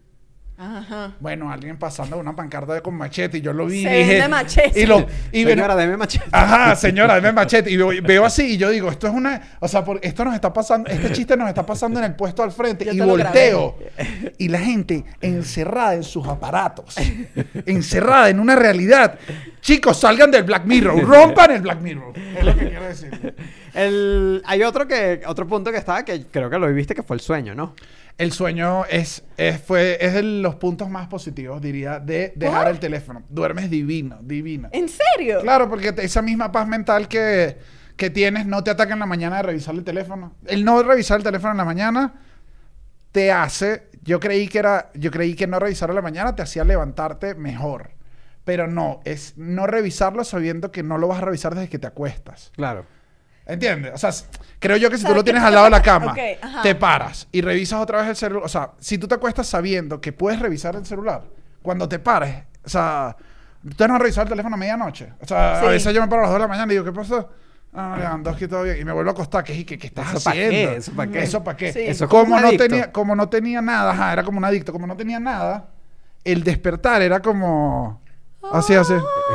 Ajá. Bueno, alguien pasando una pancarta con machete y yo lo vi Se y dije... vende machete. Y lo, y bueno, Señora, deme machete. ajá, señora, deme machete. Y veo, veo así y yo digo, esto es una... O sea, por, esto nos está pasando... Este chiste nos está pasando en el puesto al frente. Yo Y te lo volteo. Y la gente encerrada en sus aparatos. Encerrada en una realidad. Chicos, salgan del Black Mirror. Rompan el Black Mirror. Es lo que quiero decir. El, hay otro que otro punto que estaba que creo que lo viviste que fue el sueño, ¿no? El sueño es, es, fue, es de los puntos más positivos, diría, de dejar ¿Por? el teléfono. Duermes divino, divino. ¿En serio? Claro, porque te- esa misma paz mental que, que tienes no te ataca en la mañana de revisar el teléfono. El no revisar el teléfono en la mañana te hace... Yo creí que era... Yo creí que no revisarlo en la mañana te hacía levantarte mejor. Pero no, es no revisarlo sabiendo que no lo vas a revisar desde que te acuestas. Claro. ¿Entiendes? O sea, s- creo yo que si O sea, tú lo que tienes tú al te lado de la acuestas- cama, ok, ajá. te paras y revisas otra vez el celular. O sea, si tú te acuestas sabiendo que puedes revisar el celular, cuando te pares, o sea, tú no has revisado el teléfono a medianoche. O sea, Sí. a veces yo me paro a las dos de la mañana y digo, ¿qué pasó? Ah, Lewandowski, todo bien. Y me vuelvo a acostar. ¿Qué, qué, qué estás ¿Eso pa' qué? haciendo? ¿Eso pa' qué? ¿Eso para qué? Sí. Eso es como como, un no adicto. tenía, como no tenía nada, ajá, era como un adicto. Como no tenía nada, el despertar era como... Así, así.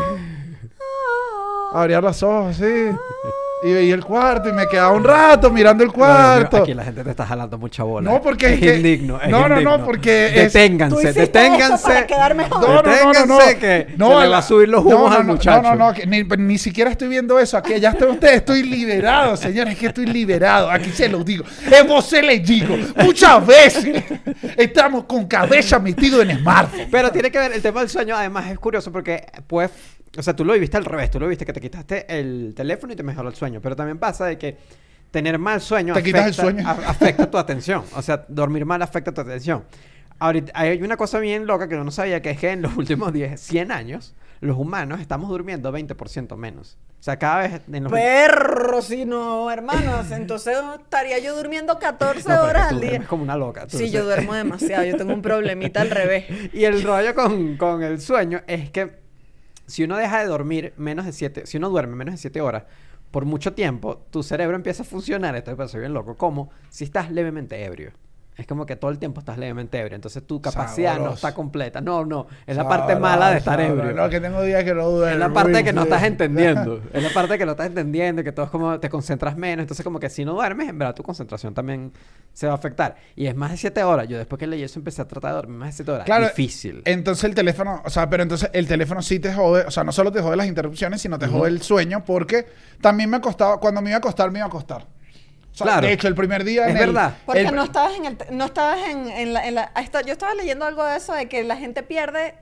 Abría los ojos, así. Y veía el cuarto y me quedaba un rato mirando el No, Dios mío, cuarto. aquí la gente te está jalando mucha bola. No, porque es, es que- indigno. Es no, no, no, indigno. porque es- Tú Deténganse, hiciste deténganse. esto para quedar mejor. No, no, no, no, Deténganse no. que No, se le la- va a subir los humos no, no, al no, muchacho. No, no, no, que ni, ni siquiera estoy viendo eso. Aquí ya está usted, estoy liberado, señores, es que estoy liberado. Aquí se lo digo. Hemos se les digo. Muchas veces estamos con cabeza metido en smartphone. Pero tiene que ver, el tema del sueño además es curioso porque pues, o sea, tú lo viviste al revés, tú lo viste que te quitaste el teléfono y te mejoró el sueño, pero también pasa de que tener mal sueño Te quitas el afecta, sueño. a- afecta tu atención, o sea, dormir mal afecta tu atención. Ahorita hay una cosa bien loca que yo no sabía, que es que en los últimos diez, cien años los humanos estamos durmiendo veinte por ciento menos. O sea, cada vez en los Perro, si no, hermanos. Entonces estaría yo durmiendo catorce No, pero horas tú al día. duermes como una loca. tú Sí, no yo sé. duermo demasiado. Yo tengo un problemita al revés. Y el rollo con, con el sueño es que si uno deja de dormir menos de siete, si uno duerme menos de siete horas por mucho tiempo, tu cerebro empieza a funcionar, esto me parece bien loco, como si estás levemente ebrio. Es como que todo el tiempo estás levemente ebrio, entonces tu capacidad no Sabroso. está completa. No, no, es la parte mala de estar Sabroso, ebrio. Lo que tengo días que no duermo. Es la parte que no sí. estás entendiendo. Es la parte que no estás entendiendo, que todo es como te concentras menos. Entonces, como que si no duermes, en verdad tu concentración también se va a afectar. Y es más de siete horas. Yo después que leí eso empecé a tratar de dormir más de siete horas. Claro, Difícil. Entonces el teléfono, o sea, pero entonces el teléfono sí te jode, o sea, no solo te jode las interrupciones, sino te jode el sueño, porque también me acostaba, cuando me iba a acostar, me iba a acostar. O sea, Claro. de hecho, el primer día... Es en el- verdad. Porque el- no estabas en el... te- No estabas en, en la... en la- ah, está- yo estaba leyendo algo de eso, de que la gente pierde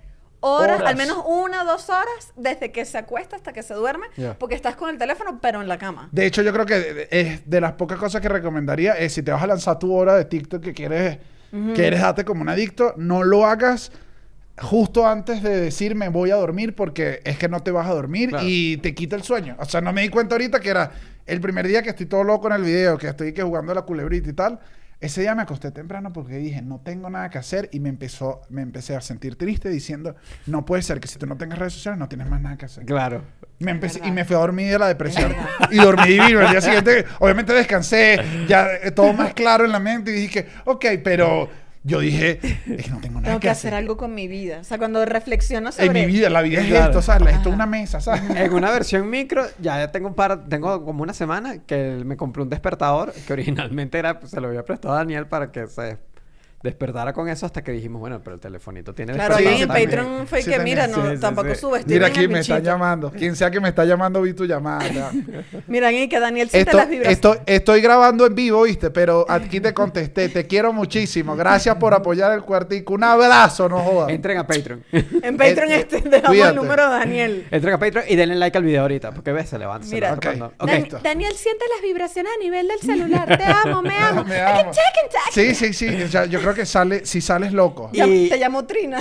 horas, Horas. al menos una o dos horas, desde que se acuesta hasta que se duerme, Ya. porque estás con el teléfono, pero en la cama. De hecho, yo creo que es de las pocas cosas que recomendaría es si te vas a lanzar tu hora de TikTok que quieres, quieres darte como un adicto, no lo hagas justo antes de decir me voy a dormir porque es que no te vas a dormir Claro. y te quita el sueño. O sea, no me di cuenta ahorita que era el primer día que estoy todo loco en el video, que estoy que jugando a la culebrita y tal. Ese día me acosté temprano porque dije, no tengo nada que hacer y me empezó, me empecé a sentir triste diciendo, no puede ser que si tú no tengas redes sociales no tienes más nada que hacer. Claro. Me empecé, verdad. y me fui a dormir de la depresión. Es verdad. Y dormí divino. El día siguiente, obviamente descansé, ya eh, todo más claro en la mente. Y dije, ok, pero yo dije, es que no tengo nada Tengo que que hacer algo con mi vida. O sea, cuando reflexiono sobre... En mi vida, la vida es Claro. esto, ¿sabes? Esto es una mesa, ¿sabes? En una versión micro, ya tengo un par, tengo como una semana que me compré un despertador que originalmente era, pues, se lo había prestado a Daniel para que se despertara con eso hasta que dijimos, bueno, pero el telefonito tiene Claro, Sí, ahí sí, en también. Patreon fue Sí, que, también. mira, no, Sí, sí, tampoco sí. subestimen Mira al quién me está bichito. llamando. Quien sea que me está llamando, vi tu llamada. ya. Mira, y que Daniel siente Esto, las vibraciones. esto- estoy grabando en vivo, ¿viste? Pero aquí te contesté. Te quiero muchísimo. Gracias por apoyar el cuartico. Un abrazo, no jodas. Entren a Patreon. En Patreon Eh, este, dejamos cuídate. el número de Daniel. Entren a Patreon y denle like al video ahorita, porque ves, se levanta. se Mira. levanta Ok. cuando- ok. Dan- listo. Daniel siente las vibraciones a nivel del celular. Te amo, me amo. Me I can amo. check and check. Sí, sí, sí. Ya- yo creo que sale, si sales loco. Ya- Y- Te llamo Trina.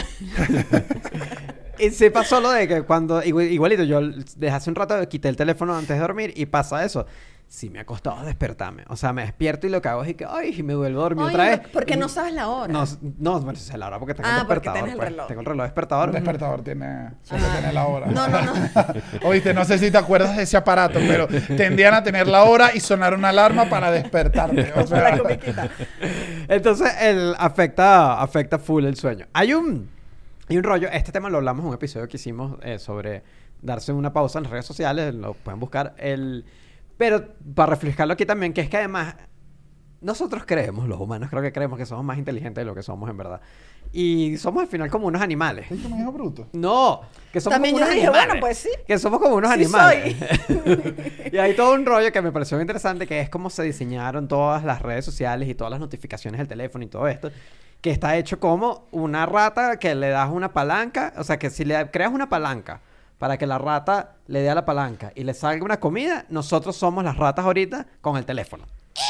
Y se pasó lo de que cuando, igu- igualito, yo desde hace un rato quité el teléfono antes de dormir y pasa eso. Sí me ha costado despertarme. O sea, me despierto y lo que hago es que, ay, y me vuelvo a dormir Ay, otra no, vez. porque Y- no sabes la hora. No, no, bueno, esa es la hora porque tengo Ah, el porque despertador. tienes el pues. reloj. Tengo el reloj despertador. Un despertador tiene, suele Ah. tener la hora. No, no, no. Oíste, no sé si te acuerdas de ese aparato, pero tendían a tener la hora y sonar una alarma para despertarte. O sea, La comiquita. Entonces, el afecta, afecta full el sueño. Hay un, hay un rollo, este tema lo hablamos en un episodio que hicimos eh, sobre darse una pausa en las redes sociales, lo pueden buscar. El, pero para reflejarlo aquí también, que es que además nosotros creemos, los humanos creo que creemos que somos más inteligentes de lo que somos en verdad. Y somos al final como unos animales. ¿Viste mi hijo bruto? No, que somos También como yo unos dije, animales. bueno, pues sí. Que somos como unos Sí animales. Y hay todo un rollo que me pareció muy interesante, que es cómo se diseñaron todas las redes sociales y todas las notificaciones del teléfono y todo esto. Que está hecho como una rata que le das una palanca. O sea, que si le creas una palanca para que la rata le dé a la palanca y le salga una comida, nosotros somos las ratas ahorita con el teléfono.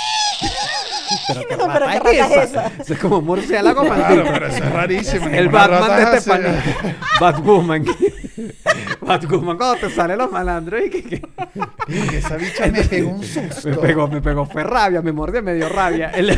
Pero ¿qué No, pero rata ¿qué es rata es esa? esa? Eso es como murciélago Claro, maldito. pero eso es rarísimo. El Ninguna Batman rata de es así. Estefanía. Batwoman. Batwoman cuando te salen los malandros y que... que- Y esa bicha me pegó un susto. Me pegó, me pegó, fue rabia, me mordió, me dio rabia. El-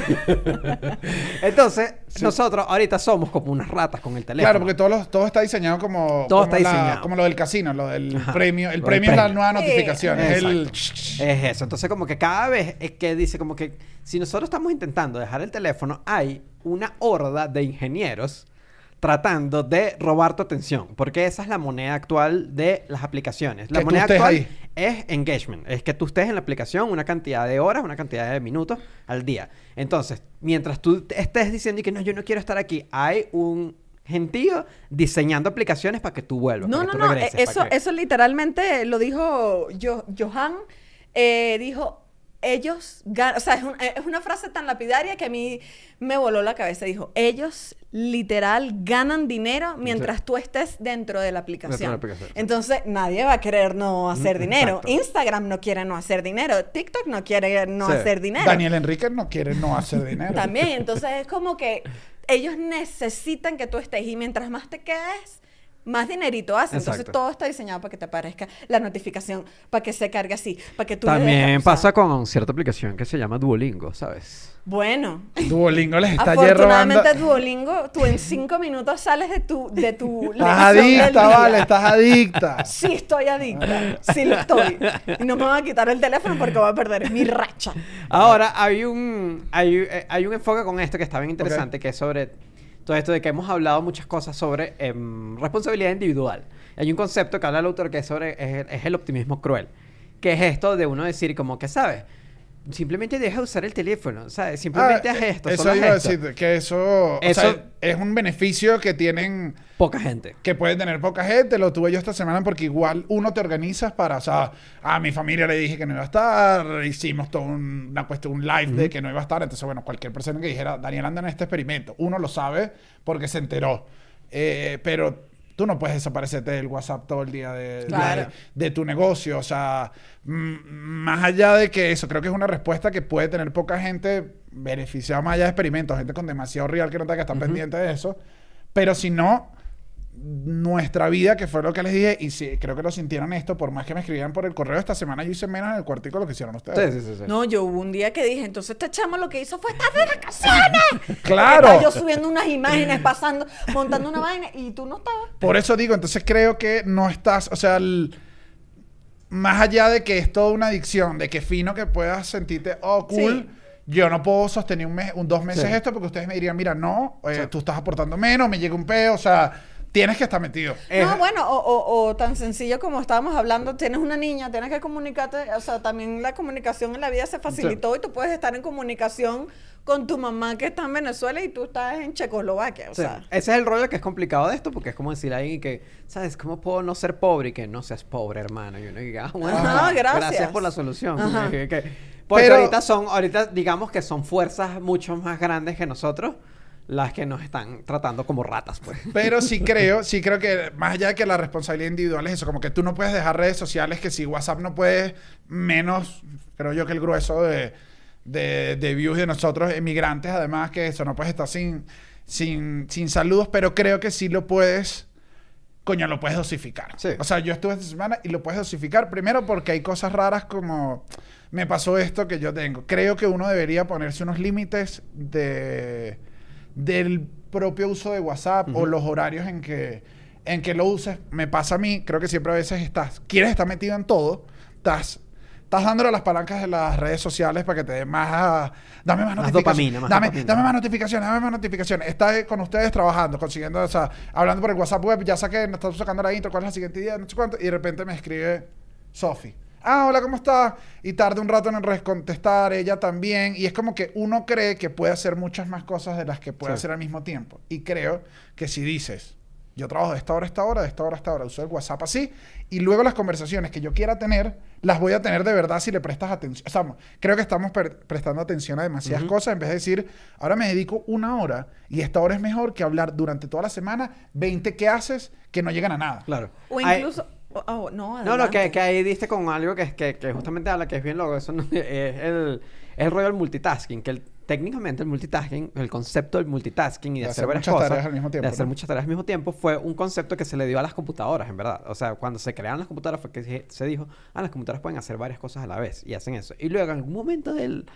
Entonces, nosotros ahorita somos como unas ratas con el teléfono. Claro, porque todo, lo- todo está diseñado como, Todo como, está la- diseñado. como lo del casino, lo del Ajá. premio. El Lo del premio es la premio. nueva Sí. notificación. Es el... Exacto. Es eso. Entonces, como que cada vez es que dice como que si nosotros estamos intentando dejar el teléfono, hay una horda de ingenieros tratando de robar tu atención. Porque esa es la moneda actual de las aplicaciones. La Que tú moneda estés actual ahí. es engagement. Es que tú estés en la aplicación una cantidad de horas, una cantidad de minutos al día. Entonces, mientras tú te estés diciendo que no, yo no quiero estar aquí, hay un gentío diseñando aplicaciones para que tú vuelvas. No, para no, que tú no. regreses, eh, Eso, para que- eso literalmente lo dijo Jo- Johan. eh, dijo, ellos ganan. O sea, es, un- eh, es una frase tan lapidaria que a mí me voló la cabeza. Dijo, ellos literal ganan dinero mientras tú estés dentro de la aplicación. Dentro de la aplicación, sí. Entonces, nadie va a querer no hacer Mm, dinero. exacto. Instagram no quiere no hacer dinero. TikTok no quiere no Sí. hacer dinero. Daniel Enrique no quiere no hacer dinero. También, entonces es como que ellos necesitan que tú estés y mientras más te quedes, más dinerito haces. Entonces Exacto. todo está diseñado para que te aparezca la notificación, para que se cargue así, para que tú le También des- o sea, pasa con cierta aplicación que se llama Duolingo, ¿sabes? Bueno, Duolingo les está ayer robando. afortunadamente Duolingo, tú en cinco minutos sales de tu, de tu Estás lección del adicta, día. vale, estás adicta. Sí estoy adicta, sí lo estoy. Y no me van a quitar el teléfono porque voy a perder mi racha. Ahora, hay un, hay, eh, hay un enfoque con esto que está bien interesante, Ok. que es sobre todo esto de que hemos hablado muchas cosas sobre em, responsabilidad individual. Hay un concepto que habla el autor que es sobre es, es el optimismo cruel, que es esto de uno decir como que, ¿sabes? Simplemente deja de usar el teléfono, ¿sabes? Simplemente Ah, haz esto, Eso solo haz iba a esto. decir, que eso, Eso- o sea, es un beneficio que tienen, Poca gente. que puede tener poca gente. Lo tuve yo esta semana porque igual uno te organizas para, o sea, a mi familia le dije que no iba a estar, hicimos toda un- una cuestión, un live de que no iba a estar. Entonces, bueno, cualquier persona que dijera, Daniel anda en este experimento, uno lo sabe porque se enteró. Eh, pero Tú no puedes desaparecerte del WhatsApp todo el día de, Claro. de, de tu negocio. O sea, m- más allá de que eso, creo que es una respuesta que puede tener poca gente beneficiada más allá de experimentos, gente con demasiado real que no está que está pendiente de eso. Pero si no, nuestra vida, que fue lo que les dije, y sí, creo que lo sintieron esto, por más que me escribieran por el correo, esta semana yo hice menos en el cuartico lo que hicieron ustedes. Sí, sí, sí. sí. No, yo hubo un día que dije, entonces este chamo lo que hizo fue estar de vacaciones. ¡Claro! Estaba yo subiendo unas imágenes, pasando, montando una vaina y tú no estabas. Por eso digo, entonces creo que no estás, o sea, el- más allá de que es toda una adicción, de que fino que puedas sentirte, oh, cool, Sí. yo no puedo sostener un mes, un dos meses Sí. esto porque ustedes me dirían, mira, no, eh, Sí. tú estás aportando menos, me llega un peo, o sea, tienes que estar metido. Es- No, bueno, o, o- o tan sencillo como estábamos hablando, tienes una niña, tienes que comunicarte, o sea, también la comunicación en la vida se facilitó y tú puedes estar en comunicación con tu mamá que está en Venezuela y tú estás en Checoslovaquia, o Sí, sea. ese es el rollo que es complicado de esto, porque es como decir a alguien que, ¿sabes? ¿Cómo puedo no ser pobre? Y que no seas pobre, hermano. Y uno diga, ah, bueno, Ajá, gracias. gracias por la solución. Ajá. Que- que- porque Pero- ahorita son, ahorita digamos que son fuerzas mucho más grandes que nosotros las que nos están tratando como ratas, pues. Pero sí creo, sí creo que más allá de que la responsabilidad individual es eso, como que tú no puedes dejar redes sociales, que si WhatsApp no puede, menos, creo yo que el grueso de, de, de views de nosotros, emigrantes, además que eso, no puedes estar sin, sin, sin saludos, pero creo que sí lo puedes, coño, lo puedes dosificar. Sí. O sea, yo estuve esta semana y lo puedes dosificar, primero porque hay cosas raras como, me pasó esto que yo tengo. Creo que uno debería ponerse unos límites de del propio uso de WhatsApp o los horarios en que, en que lo uses. Me pasa a mí, creo que siempre a veces estás, quieres estar metido en todo, estás, estás dándole las palancas de las redes sociales para que te dé más, ah, dame más Más notificaciones, dopamina, más dame, dopamina. dame más notificaciones, dame más notificaciones. Estás con ustedes trabajando, consiguiendo, o sea, hablando por el WhatsApp web, ya saqué, no estás sacando la intro, cuál es la siguiente día, no sé cuánto, y de repente me escribe Sofi. Ah, hola, ¿cómo estás? Y tarda un rato en res- contestar, ella también. Y es como que uno cree que puede hacer muchas más cosas de las que puede Sí. hacer al mismo tiempo. Y creo que si dices, yo trabajo de esta hora a esta hora, de esta hora a esta hora, uso el WhatsApp así, y luego las conversaciones que yo quiera tener, las voy a tener de verdad si le prestas atención. O sea, creo que estamos per- prestando atención a demasiadas cosas en vez de decir, ahora me dedico una hora y esta hora es mejor que hablar durante toda la semana veinte que haces que no llegan a nada. Claro. O Hay- incluso... oh, oh, no, No, no, que, adelante. que ahí diste con algo que, que, que justamente habla, que es bien loco. Eso no, es el, es el rollo del multitasking, que el, técnicamente el multitasking, el concepto del multitasking y de, De hacer, hacer varias muchas cosas, tareas al mismo tiempo, de hacer ¿no? muchas tareas al mismo tiempo, fue un concepto que se le dio a las computadoras, en verdad. O sea, cuando se crearon las computadoras fue que se, se dijo, ah, las computadoras pueden hacer varias cosas a la vez, y hacen eso. Y luego, en algún momento del...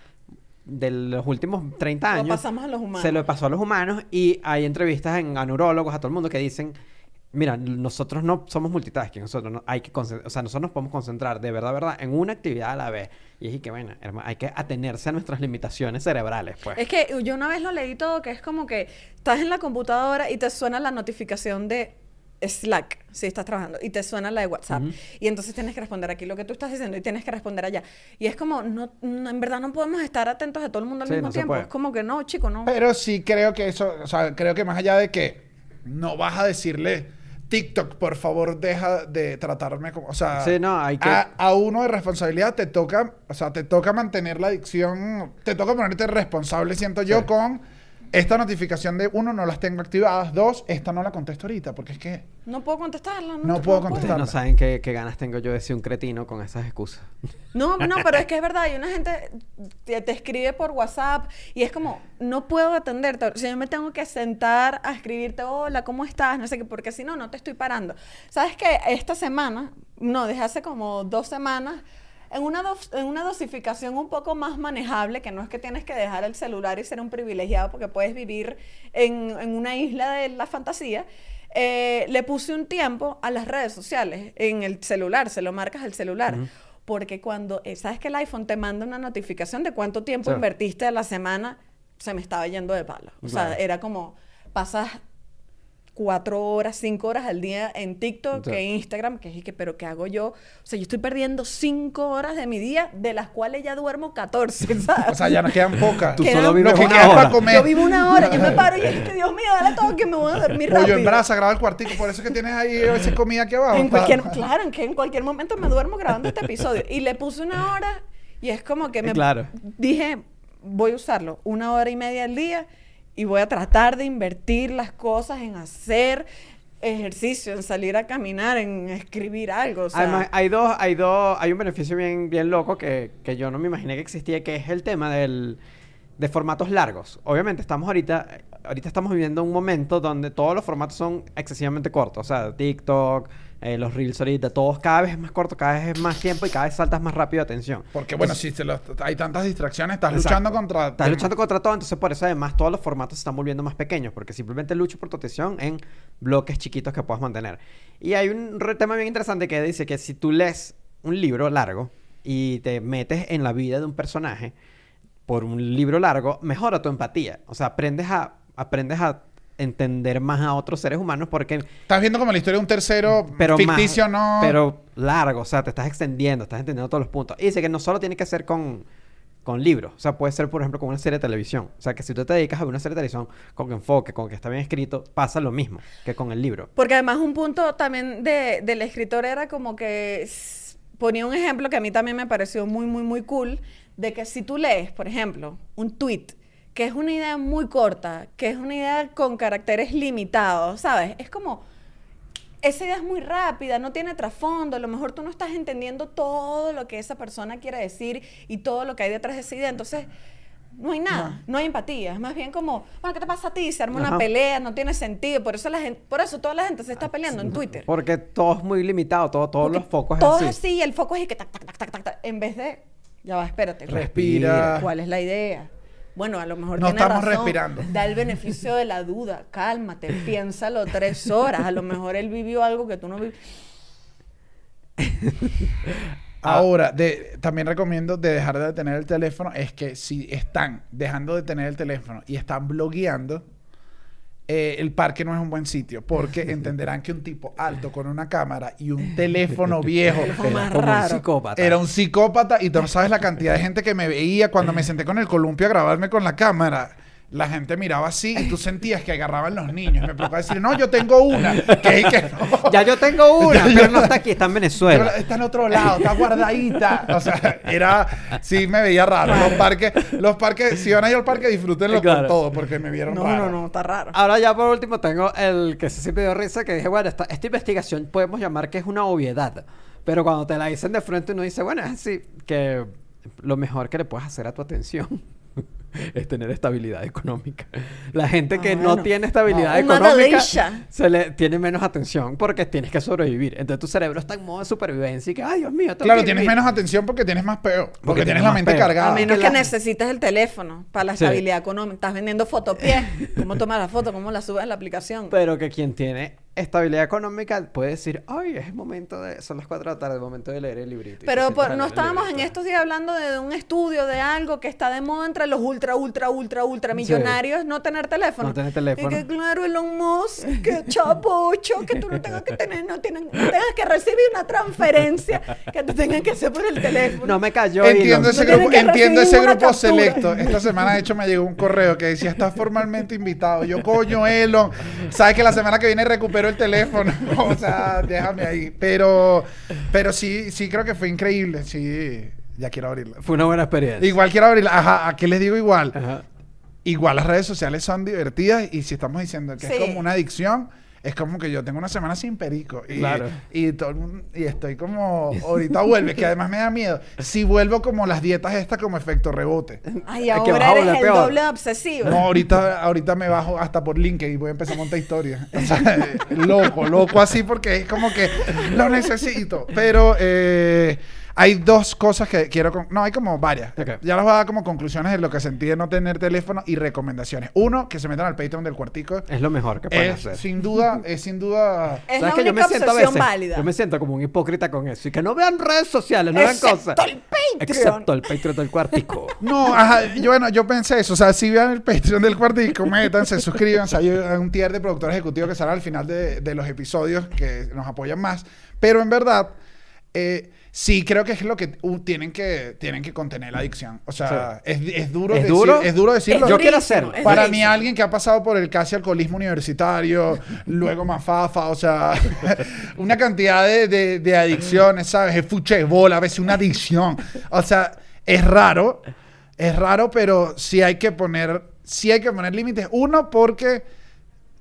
de los últimos treinta Lo años pasamos a los humanos. se lo pasó a los humanos, y hay entrevistas en, a neurólogos, a todo el mundo, que dicen, mira, nosotros no somos multitasking, nosotros no, hay que concent- o sea, nosotros nos podemos concentrar de verdad, verdad, en una actividad a la vez. Y es que, bueno, hermano, hay que atenerse a nuestras limitaciones cerebrales, pues. Es que yo una vez lo leí todo, que es como que estás en la computadora y te suena la notificación de Slack, si estás trabajando, y te suena la de WhatsApp. Ujú. Y entonces tienes que responder aquí lo que tú estás diciendo y tienes que responder allá. Y es como, no, no, en verdad no podemos estar atentos a todo el mundo al Sí, mismo no se tiempo. puede. Es como que no, chico, no. Pero sí creo que eso, o sea, creo que más allá de que no vas a decirle TikTok, por favor, deja de tratarme como, o sea, Sí, no, hay que- a, a uno de responsabilidad te toca, o sea, te toca mantener la adicción, te toca ponerte responsable, siento yo, Sí. con esta notificación de uno, no las tengo activadas, dos, esta no la contesto ahorita, porque es que No puedo contestarla. No, No puedo Ustedes contestar. no saben qué, qué ganas tengo yo de ser un cretino con esas excusas. No, no, pero es que es verdad, y una gente te, te escribe por WhatsApp y es como, no puedo atenderte. O sea, yo me tengo que sentar a escribirte, hola, ¿cómo estás? No sé qué, porque si no, no te estoy parando. ¿Sabes qué? Esta semana, no, desde hace como dos semanas, en una, dos- en una dosificación un poco más manejable, que no es que tienes que dejar el celular y ser un privilegiado porque puedes vivir en, en una isla de la fantasía, eh, le puse un tiempo a las redes sociales en el celular, se lo marcas al celular. Porque cuando, eh, sabes que el iPhone te manda una notificación de cuánto tiempo Sí. invertiste a la semana, se me estaba yendo de palo. O sea, Claro. era como, pasas cuatro horas, cinco horas al día en TikTok, Sí. que en Instagram, que es que, pero ¿qué hago yo? O sea, yo estoy perdiendo cinco horas de mi día, de las cuales ya duermo catorce, ¿sabes? o sea, ya nos quedan pocas. Tú Que solo no- vives Lo que una queda para hora. comer. yo vivo una hora, yo me paro y es que, Dios mío, dale todo que me voy a dormir Pollo rápido. en brasa, graba el cuartico, por eso es que tienes ahí a veces comida aquí abajo. En Está- cualquier, claro, en que en cualquier momento me duermo grabando este episodio. Y le puse una hora y es como que me Claro. dije, voy a usarlo una hora y media al día y voy a tratar de invertir las cosas en hacer ejercicio, en salir a caminar, en escribir algo. O sea, Además, hay dos, hay dos, hay un beneficio bien, bien loco que, que yo no me imaginé que existía, que es el tema del, de formatos largos. Obviamente, estamos ahorita, ahorita estamos viviendo un momento donde todos los formatos son excesivamente cortos. O sea, TikTok, eh, los Reels ahorita, todos cada vez es más corto, cada vez es más tiempo y cada vez saltas más rápido de atención. Porque bueno, si te lo- hay tantas distracciones, estás Exacto. luchando contra... Estás luchando contra todo, entonces por eso además todos los formatos se están volviendo más pequeños, porque simplemente lucho por tu atención en bloques chiquitos que puedas mantener. Y hay un re- tema bien interesante que dice que si tú lees un libro largo y te metes en la vida de un personaje por un libro largo, mejora tu empatía. O sea, aprendes a, aprendes a entender más a otros seres humanos porque... Estás viendo como la historia de un tercero Pero ficticio, más, ¿no? Pero largo, o sea, te estás extendiendo, estás entendiendo todos los puntos. Y dice que no solo tiene que ser con, con libros, o sea, puede ser, por ejemplo, con una serie de televisión. O sea, que si tú te dedicas a ver una serie de televisión con enfoque, con que está bien escrito, pasa lo mismo que con el libro. porque además un punto también de, del escritor era como que s- ponía un ejemplo que a mí también me pareció muy, muy, muy cool, de que si tú lees, por ejemplo, un tweet, que es una idea muy corta, que es una idea con caracteres limitados, ¿sabes? Es como, esa idea es muy rápida, no tiene trasfondo, a lo mejor tú no estás entendiendo todo lo que esa persona quiere decir y todo lo que hay detrás de esa idea, entonces no hay nada, no, hay empatía, es más bien como, bueno, ¿qué te pasa a ti? Se arma Ajá. una pelea, no tiene sentido, por eso la gente, por eso toda la gente se está peleando en Twitter. Porque todo es muy limitado, todo, todos Porque los focos todo es es así. así, y el foco es y que tac, tac, tac, tac, tac, tac, en vez de, ya va, espérate. Respira. ¿Cuál es la idea? Bueno, a lo mejor No tiene estamos razón. respirando. Da el beneficio de la duda. Cálmate, piénsalo tres horas. A lo mejor él vivió algo que tú no viviste. Ahora, de, también recomiendo de dejar de tener el teléfono, es que si están dejando de tener el teléfono y están blogueando, eh, el parque no es un buen sitio, porque entenderán que un tipo alto con una cámara y un teléfono viejo Teléfono más Como un raro. psicópata. era un psicópata, y tú no sabes la cantidad de gente que me veía cuando me senté con el columpio a grabarme con la cámara. La gente miraba así y tú sentías que agarraban los niños. Me provocaba decir, no, yo tengo una. Que, que no. Ya yo tengo una, Ya yo- pero no está aquí, está en Venezuela. Está en otro lado, está guardadita. O sea, era... Sí, me veía raro. Los parques, los parques, si van a ir al parque, disfrútenlo Claro. con todo, porque me vieron No, raro. no, no, está raro. Ahora ya por último tengo el que se siempre dio risa, que dije, bueno, esta, esta investigación podemos llamar que es una obviedad. Pero cuando te la dicen de frente uno dice, bueno, es así, que lo mejor que le puedes hacer a tu atención es tener estabilidad económica. La gente Ah, que bueno. no tiene estabilidad No, una económica delicia. se le tiene menos atención porque tienes que sobrevivir. Entonces tu cerebro está en modo de supervivencia y que, ay, Dios mío, tengo Claro, que tienes vivir". menos atención porque tienes más peo. Porque, Porque tienes tienes la más mente peo. cargada. A menos que que la- necesites el teléfono para la Sí. estabilidad económica. Estás vendiendo fotopies. ¿Cómo tomas la foto? ¿Cómo la subes a la aplicación? Pero que quien tiene estabilidad económica puede decir, ay, es momento de, son las cuatro de la tarde, es momento de leer el librito. Y te Pero sientas por- a no leer el estábamos en librito. estos días hablando de un estudio de algo que está de moda entre los ultra, ultra, ultra, ultra millonarios, no tener teléfono. No tener teléfono. Y que claro, Elon Musk, que chapucho, que tú no tengas que tener, no, tienen, no tengas que recibir una transferencia, que te tengan que hacer por el teléfono. No me cayó Entiendo Elon. ese No tienen grupo, que entiendo recibir ese una grupo captura. selecto. Esta semana, de hecho, me llegó un correo que decía, estás formalmente invitado. Yo, coño, Elon, sabes que la semana que viene recupero el teléfono. O sea, déjame ahí. Pero, pero sí, sí creo que fue increíble. Sí, ya quiero abrirla. Fue una buena experiencia. Igual quiero abrirla. Ajá, ¿a qué les digo igual? Ajá. Igual las redes sociales son divertidas, y si estamos diciendo que Sí. es como una adicción, es como que yo tengo una semana sin perico. Y, Claro. y, todo el mundo- y estoy como, ahorita vuelve, que además me da miedo. Si vuelvo como las dietas estas como efecto rebote. Ay, Es que vas a ahora eres volver el peor. doble de obsesivo. No, ahorita, ahorita me bajo hasta por LinkedIn y voy a empezar a montar historias. O sea, loco, loco así, porque es como que lo necesito. Pero eh, hay dos cosas que quiero... con- No, hay como varias. Ok. Ya les voy a dar como conclusiones de lo que sentí de no tener teléfono y recomendaciones. Uno, que se metan al Patreon del Cuartico. Es lo mejor que pueden Es hacer. sin duda, es sin duda... Es ¿Sabes la que yo me única siento a obsesión veces? válida. Yo me siento como un hipócrita con eso. Y que no vean redes sociales, no Excepto vean cosas. el Patreon. Excepto el Patreon del Cuartico. No, ajá, yo, bueno, yo pensé eso. O sea, si vean el Patreon del Cuartico, métanse, suscríbanse. Hay un tier de productor ejecutivo que sale al final de, de los episodios que nos apoyan más. Pero en verdad, eh, sí creo que es lo que uh, tienen que tienen que contener la adicción. O sea, es, es duro ¿Es decir- duro? es duro decirlo. Es Yo quiero durísimo, hacerlo. es Para durísimo. mí, alguien que ha pasado por el casi alcoholismo universitario, luego mafafa, o sea, una cantidad de, de, de adicciones, ¿sabes? El fuche de bola, a veces una adicción. O sea, es raro, es raro, pero sí hay que poner, sí hay que poner límites. Uno, porque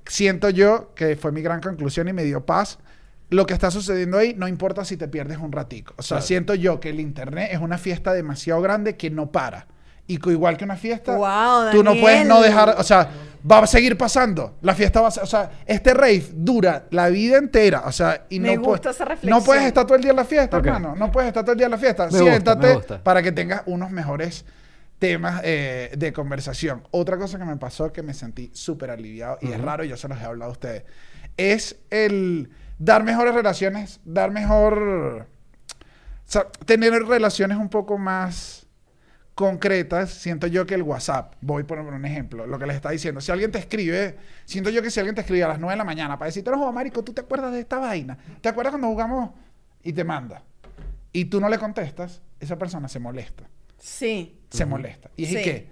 siento yo que fue mi gran conclusión y me dio paz. Lo que está sucediendo ahí, no importa si te pierdes un ratico. O sea, Claro. siento yo que el internet es una fiesta demasiado grande que no para. Y co- igual que una fiesta, Wow, tú no Daniel. puedes no dejar, o sea, va a seguir pasando. La fiesta va a ser, o sea, este rave dura la vida entera, o sea, y Me no gusta puedes- esa reflexión. no puedes estar todo el día en la fiesta, Ok. hermano. No puedes estar todo el día en la fiesta. Me gusta, Siéntate me gusta. para que tengas unos mejores temas eh, de conversación. Otra cosa que me pasó que me sentí súper aliviado y es raro, yo se los he hablado a ustedes, es el dar mejores relaciones, dar mejor, o sea, tener relaciones un poco más concretas. Siento yo que el WhatsApp, voy por un ejemplo, lo que les está diciendo, si alguien te escribe, siento yo que si alguien te escribe a las nueve de la mañana para decirte, no, marico, ¿tú te acuerdas de esta vaina? ¿Te acuerdas cuando jugamos? Y te manda. Y tú no le contestas, esa persona se molesta. Sí. Se molesta. Y es Sí. que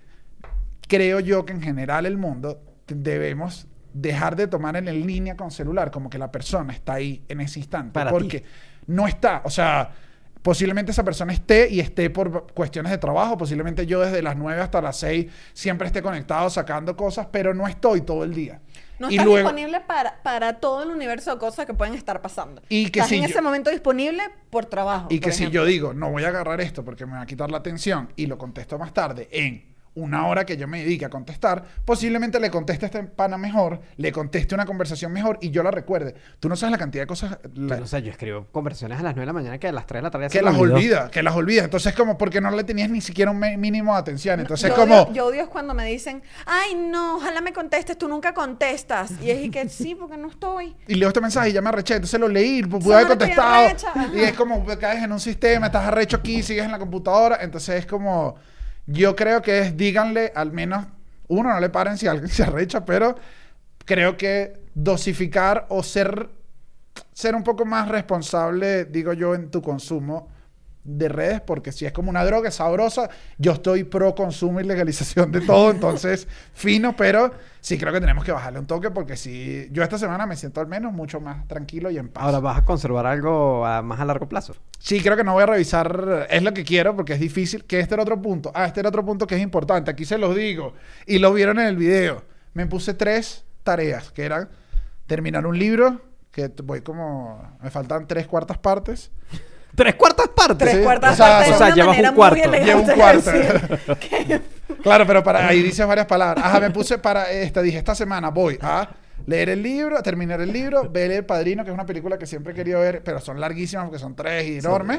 creo yo que en general el mundo t- debemos dejar de tomar en línea con celular como que la persona está ahí en ese instante. Para porque ti. no está. O sea, posiblemente esa persona esté y esté por cuestiones de trabajo. Posiblemente yo desde las nueve hasta las seis siempre esté conectado sacando cosas, pero no estoy todo el día. No y estás luego, disponible para, para todo el universo de cosas que pueden estar pasando. Y que estás si en yo- ese momento disponible por trabajo. Y que por si ejemplo. yo digo, no voy a agarrar esto porque me va a quitar la atención y lo contesto más tarde en una hora que yo me dedique a contestar, posiblemente le conteste a este pana mejor, le conteste una conversación mejor y yo la recuerde. Tú no sabes la cantidad de cosas la- Yo no sé, yo escribo conversaciones a las nueve de la mañana que a las tres de la tarde ya se que me las olvidó. olvida, que las olvida. Entonces, como porque no le tenías ni siquiera un me- mínimo de atención. Entonces, yo, como... odio, yo odio es cuando me dicen, ay, no, ojalá me contestes, tú nunca contestas. Y es y que sí, porque no estoy. Y leo este mensaje y ya me arreché. Entonces lo leí, pu- Sí, pude haber ahora estoy contestado. arrecha, ajá. Y es como caes en un sistema, estás arrecho aquí, sigues en la computadora. Entonces es como... Yo creo que es, díganle, al menos... Uno, no le paren si alguien se arrecha, pero creo que dosificar o ser... Ser un poco más responsable, digo yo, en tu consumo de redes, porque si es como una droga, es sabrosa. Yo estoy pro consumo y legalización de todo, entonces fino, pero sí creo que tenemos que bajarle un toque porque si yo esta semana me siento al menos mucho más tranquilo y en paz. Ahora, ¿vas a conservar algo a- más a largo plazo? Sí, creo que no voy a revisar, es lo que quiero porque es difícil, que este era otro punto. Ah, este era otro punto que es importante, aquí se los digo y lo vieron en el video. Me puse tres tareas, que eran terminar un libro, que t- voy como, me faltan tres cuartas partes. ¡Tres cuartas partes! Tres Sí, cuartas o sea, partes o de sea, una llevas un manera muy cuarto. elegante Llevo un de cuarto. decir que- Claro, pero para ahí dices varias palabras. Ajá, me puse para esta, dije, esta semana voy a leer el libro, a terminar el libro, ver El Padrino, que es una película que siempre he querido ver, pero son larguísimas porque son tres y enormes,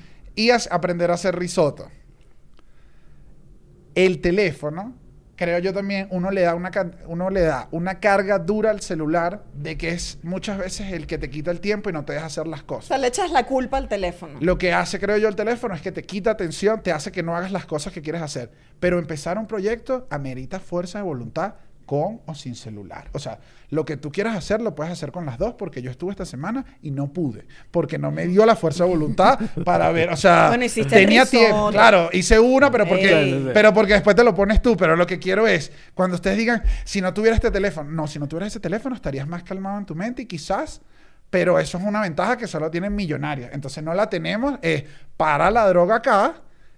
y a- aprender a hacer risotto. El teléfono, creo yo también, uno le da una can- uno le da una carga dura al celular de que es muchas veces el que te quita el tiempo y no te deja hacer las O cosas. sea, le echas la culpa al teléfono. Lo que hace, creo yo, el teléfono es que te quita atención, te hace que no hagas las cosas que quieres hacer. Pero empezar un proyecto amerita fuerza de voluntad con o sin celular. O sea, lo que tú quieras hacer lo puedes hacer con las dos porque yo estuve esta semana y no pude. Porque no me dio la fuerza de voluntad para ver, o sea, Bueno, hiciste el tenía risotto. tiempo. Claro, hice una, pero porque, Ey. pero porque después te lo pones tú. Pero lo que quiero es, cuando ustedes digan, si no tuviera este teléfono, no, si no tuvieras ese teléfono estarías más calmado en tu mente y quizás... Pero eso es una ventaja que solo tienen millonarias. Entonces no la tenemos. Es para la droga acá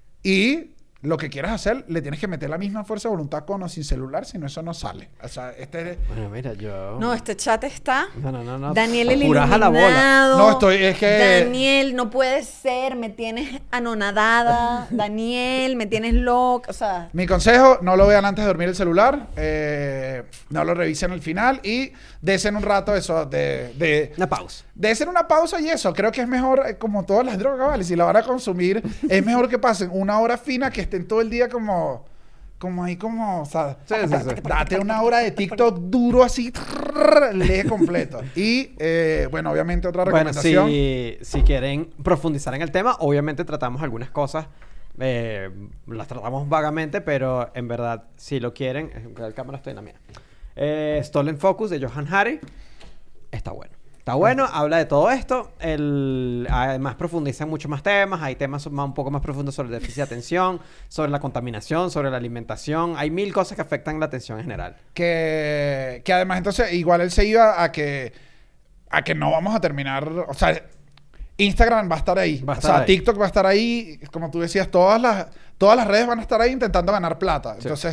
y lo que quieras hacer, le tienes que meter la misma fuerza de voluntad con o sin celular, si no, eso no sale. O sea, este... Bueno, mira, yo... No, este chat está. No, no, no, no. Daniel el Puras a la bola. iluminado. No, estoy- es que- Daniel, no puede ser, me tienes anonadada. Daniel, me tienes loca. O sea, Mi consejo, no lo vean antes de dormir el celular. eh, no lo revisen al final y desen un rato eso de... de Una pausa. de hacer una pausa y eso, creo que es mejor, eh, como todas las drogas, ¿vale? Si la van a consumir, es mejor que pasen una hora fina que estén todo el día como, como ahí como, o sea, Sí, sí, sí. date una hora de TikTok duro así, lee completo. Y, eh, bueno, obviamente otra Bueno, recomendación. si, si quieren profundizar en el tema, obviamente tratamos algunas cosas, eh, las tratamos vagamente, pero en verdad, si lo quieren, eh, el cámara estoy en la mía. Eh, Stolen Focus de Johan Hari está bueno. Está bueno, habla de todo esto. El, además profundiza en muchos más temas. Hay temas más, un poco más profundos sobre el déficit de atención, sobre la contaminación, sobre la alimentación. Hay mil cosas que afectan la atención en general. Que, que además entonces igual él se iba a que a que no vamos a terminar, o sea, Instagram va a estar ahí, Va a o estar sea, ahí. TikTok va a estar ahí, como tú decías, todas las todas las redes van a estar ahí intentando ganar plata. Sí. Entonces,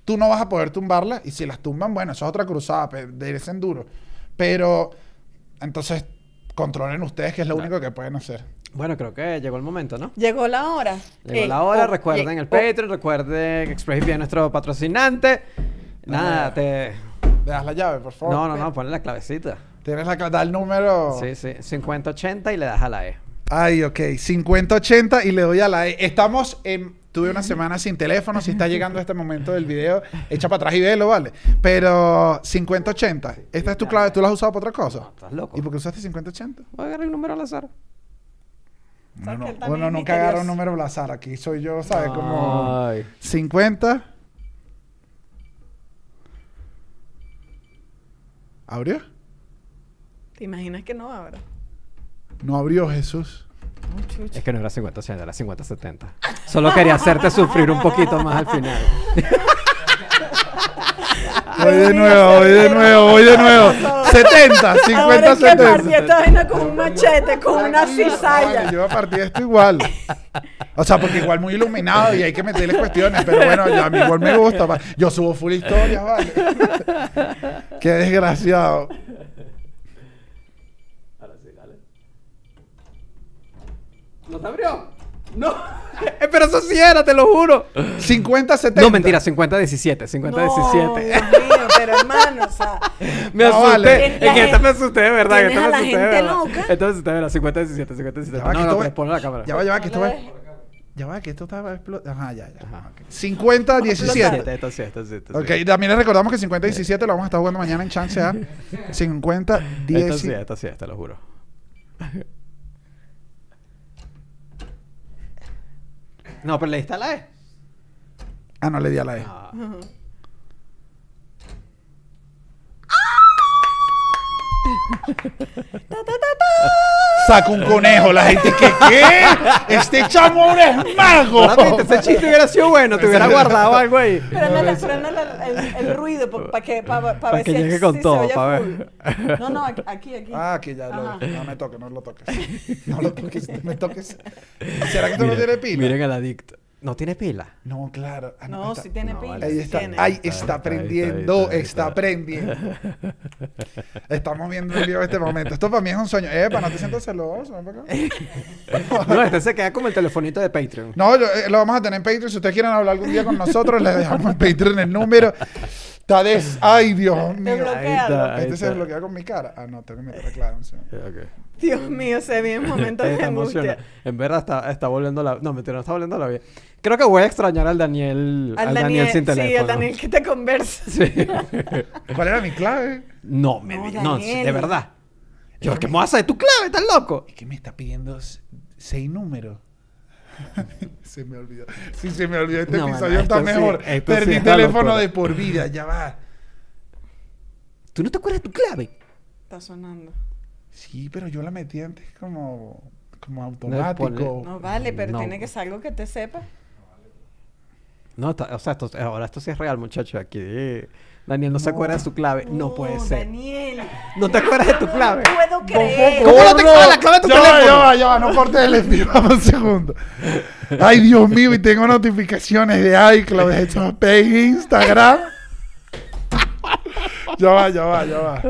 tú no vas a poder tumbarlas y si las tumban, bueno, eso es otra cruzada, de en duro. Pero, entonces, controlen ustedes que es lo Claro. único que pueden hacer. Bueno, creo que llegó el momento, ¿no? Llegó la hora. Llegó Eh, la hora, oh, recuerden ye- el oh, Patreon, recuerden que ExpressVPN es nuestro patrocinante. Nada, te... ¿Le das la llave, por favor? No, no, no, ponle la clavecita. Tienes la clave, da el número. Sí, sí, cincuenta ochenta y le das a la E. Ay, ok. cincuenta ochenta y le doy a la E. Estamos en... Tuve una semana sin teléfono. Si está llegando a este momento del video, echa para atrás y velo, ¿vale? Pero cincuenta ochenta. Esta es tu clave. ¿Tú la has usado para otra cosa? No, estás loco. ¿Y por qué usaste cincuenta ochenta? Voy a agarrar un número al azar. Uno, que no- él también uno es nunca agarra un misterioso. número al azar. Aquí soy yo, ¿sabes? Como Ay. cincuenta. ¿Abrió? ¿Te imaginas que no abra? No abrió, Jesús. Oh, chucho. Es que no era cincuenta ochenta, era cincuenta setenta. Solo quería hacerte sufrir un poquito más al final. Voy de nuevo, voy de nuevo, voy de nuevo. setenta, Ahora cincuenta, es que partí setenta. esta vaina con un machete, con una Vale, cizalla. yo voy a partir esto igual. O sea, porque igual muy iluminado y hay que meterle cuestiones. Pero bueno, yo, a mí igual me gusta. pa- Yo subo full historias, vale. Qué desgraciado. Ahora sí, dale. ¿No te abrió? No. Eh, Pero eso sí era, te lo juro. cincuenta, setenta. No, mentira, cincuenta diecisiete. cincuenta diecisiete. Dios mío, pero hermano, o sea, Me No, asusté. vale. En que esta me asusté de verdad. Tienes Esta me a la asusté de gente verdad. loca. Esta me asusté de verdad. cincuenta diecisiete, cincuenta diecisiete. Ya va, que No, esto no, va- pero ponle la cámara. Ya va, ya va, que esto va. No le- Ya va, que esto está va a explotar. Ajá, ya, ya. Ok. cincuenta, diecisiete. diecisiete, esto sí, esto sí, esto sí. Ok, también les recordamos que cincuenta y diecisiete lo vamos a estar jugando mañana en Chance A. cincuenta, Esto sí, diecisiete. esto sí, te lo juro. No, pero le diste a la E. Ah, no le di a la E. Ah. Saca un conejo, la gente que ¿qué? Este chamo ahora es mago. Ahora viste, ese chiste hubiera sido bueno, te hubiera guardado algo ahí. Préndele, préndele el, el, el ruido para que, pa, pa, Pa' ver que si, llegue si con se todo, oye pa' ver. full. No, no, aquí, aquí. aquí. Ah, aquí ya lo. Ajá. No me toques, no lo toques. No lo toques, me toques. ¿Será que esto no tiene pila? Miren al adicto. ¿No tiene pila? No, claro. Ah, No, está- sí tiene no, pila. vale. Ahí sí está. tiene. Ay, Ahí está, está ahí aprendiendo, está, ahí está está. aprendiendo. Estamos viendo el video de este momento. Esto para mí es un sueño. Epa, no te sientas celoso. ven para acá. No, este se queda como el telefonito de Patreon. No, yo, eh, lo vamos a tener en Patreon. Si ustedes quieren hablar algún día con nosotros, les dejamos en Patreon el número. Está des... Ay, Dios mío. Desbloquealo. Ahí Este está. se desbloquea con mi cara. Ah, no, tengo que meterle claro. un segundo. Ok. Dios mío, se vienen momentos de Está emocionado. angustia. En verdad está, está volviendo la... No, mentira, no está volviendo la vida. Creo que voy a extrañar al Daniel, al Daniel, sin teléfono. Sí, al Daniel que te conversa. Sí. ¿Cuál era mi clave? No, me No, di- no, Daniel. de verdad. Yo, ¿qué me vas a hacer tu clave? ¿Estás loco? Es que me está pidiendo s- seis números. Se me olvidó. Sí, se me olvidó. Este No, episodio mano, está esto sí, mejor. esto sí Perdí es una teléfono locura. de por vida. Ya va. ¿Tú no te acuerdas de tu clave? Está sonando. Sí, pero yo la metí antes como, como pone- automático. No vale, pero No. tiene que ser algo que te sepa. No, está- o sea, esto, ahora esto sí es real, muchacho. Aquí Daniel no, se acuerda de su clave. No, puede ser. Daniel. ¿No te acuerdas de tu clave? No puedo creer. ¿Cómo no te acuerdas la clave de tu ya teléfono? Va, ya va, ya va. No cortes el envío. Dame un segundo. Ay, Dios mío. Y tengo notificaciones de iCloud, de Hecho Pay, Instagram. Ya va, ya va, ya va.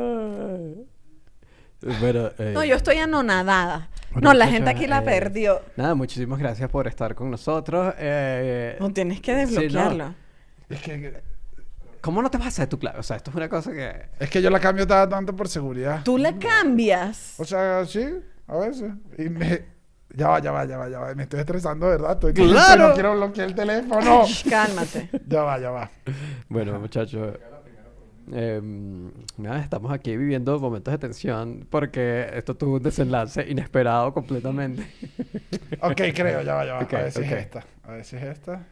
Pero, eh, No, yo estoy anonadada. Bueno, No, la muchacha, gente aquí la eh, perdió. Nada, muchísimas gracias por estar con nosotros. Eh, No tienes que sí, desbloquearlo. no. Es que, ¿Cómo no te vas a hacer tu clave? O sea, esto es una cosa que... es que yo la cambio cada tanto por seguridad. Tú la cambias. O sea, sí, a veces. Y me... Ya va, ya va, ya va, ya va. Me estoy estresando, ¿verdad? Estoy ¡Claro! No quiero bloquear el teléfono. Shh, cálmate. Ya va, ya va. Bueno, muchachos, eh, nada, estamos aquí viviendo momentos de tensión porque esto tuvo un desenlace inesperado completamente. Ok, creo, ya va, ya va. Ok, a ver si ok. es esta. A ver si es esta.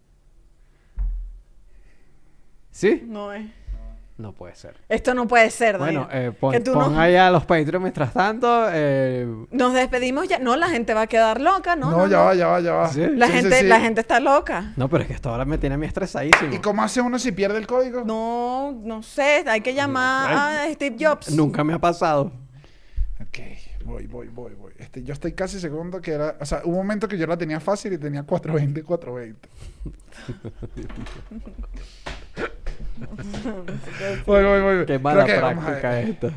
¿Sí? No es. No puede ser. Esto no puede ser, Daniel. Bueno, eh, pon, Que tú pon no- ahí a los Patreon mientras tanto. Eh, Nos despedimos ya. No, la gente va a quedar loca, ¿no? No, no, ya no. va, ya va, ya va. Sí. La Sí, sí, gente, sí. la gente está loca. no, pero es que hasta ahora me tiene a mí estresadísimo. ¿Y cómo hace uno si pierde el código? No, no sé. Hay que llamar a Steve Jobs. Nunca me ha pasado. Ok, voy, voy, voy, voy. Este, yo estoy casi segundo que era... O sea, hubo un momento que yo la tenía fácil y tenía cuatro veinte, cuatro veinte. Voy, voy, voy. Qué mala Creo que- vamos a práctica ver. esta.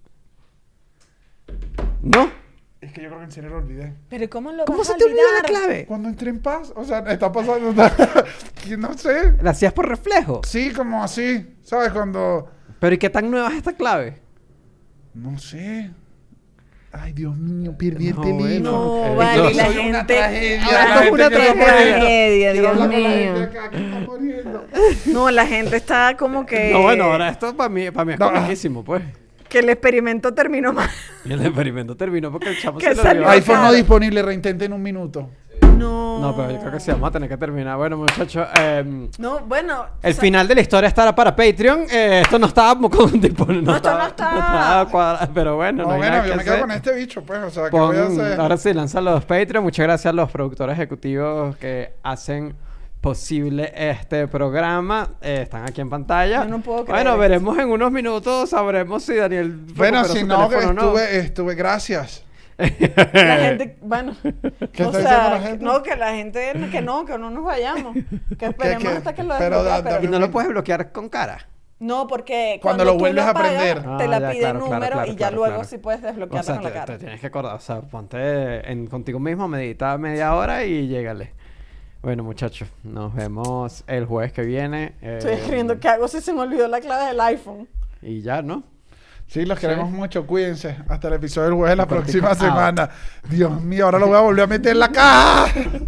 ¿No? Es que yo creo que en serio lo olvidé. Pero ¿cómo lo ¿Cómo vas se a te olvidó la olvidar? clave? Cuando entré en paz, o sea, está pasando... que no sé. ¿La hacías por reflejo? Sí, como así. ¿Sabes? Cuando... ¿Pero y qué tan nueva es esta clave? No sé. Ay, Dios mío, perdí el No, teléfono. No, Eh, vale, yo la soy una gente... tragedia, Ahora la esto es gente una que está muriendo. tragedia, Quiero Dios hablar con la gente mío. acá que está muriendo. No, la gente está como que... No, bueno, ahora esto para mí, para mí es No. comiquísimo, pues. Que el experimento terminó mal. Y el experimento terminó porque el chamo Que se lo salió olvidó. Ay, iPhone no claro. disponible, reintente en un minuto. No. No, pero yo creo que sí, vamos a tener que terminar. Bueno, muchachos, em, No, bueno... el o sea, final de la historia estará para Patreon. Eh, esto no estaba con tipo, no, No, esto no estaba, está. estaba cuadrado, pero bueno, No, no, hay bueno, nada yo que me quedo hacer. con este bicho, pues. O sea, ¿qué Pon- voy a hacer? ahora sí, lanzan los Patreon. Muchas gracias a los productores ejecutivos que hacen posible este programa. Eh, están aquí en pantalla. Yo no puedo creer Bueno, esto. veremos en unos minutos, sabremos si Daniel Bueno, recuperó si su no, que teléfono o estuve, estuve, gracias. La gente, bueno, ¿Qué o está sea, diciendo la gente? no, que la gente, que no, que no nos vayamos, que esperemos que- hasta que lo pero desbloquee, da- pero- Y no lo puedes bloquear con cara. No, porque Cuando cuando, lo tú vuelves a pagas, prender. te Ah, la ya, pide claro, el claro, número claro, y ya claro, luego claro. sí puedes O desbloquearla sea, con te, la cara. te tienes que acordar. O sea, ponte en, contigo mismo, medita media hora y llégale. Bueno, muchachos, nos vemos el jueves que viene. eh, Estoy escribiendo, ¿qué hago si se me olvidó la clave del iPhone? Y ya, ¿no? Sí, los Sí. queremos mucho. Cuídense. Hasta el episodio del jueves de la Cortico próxima out. semana. Dios mío, ahora lo voy a volver a meter en la caja.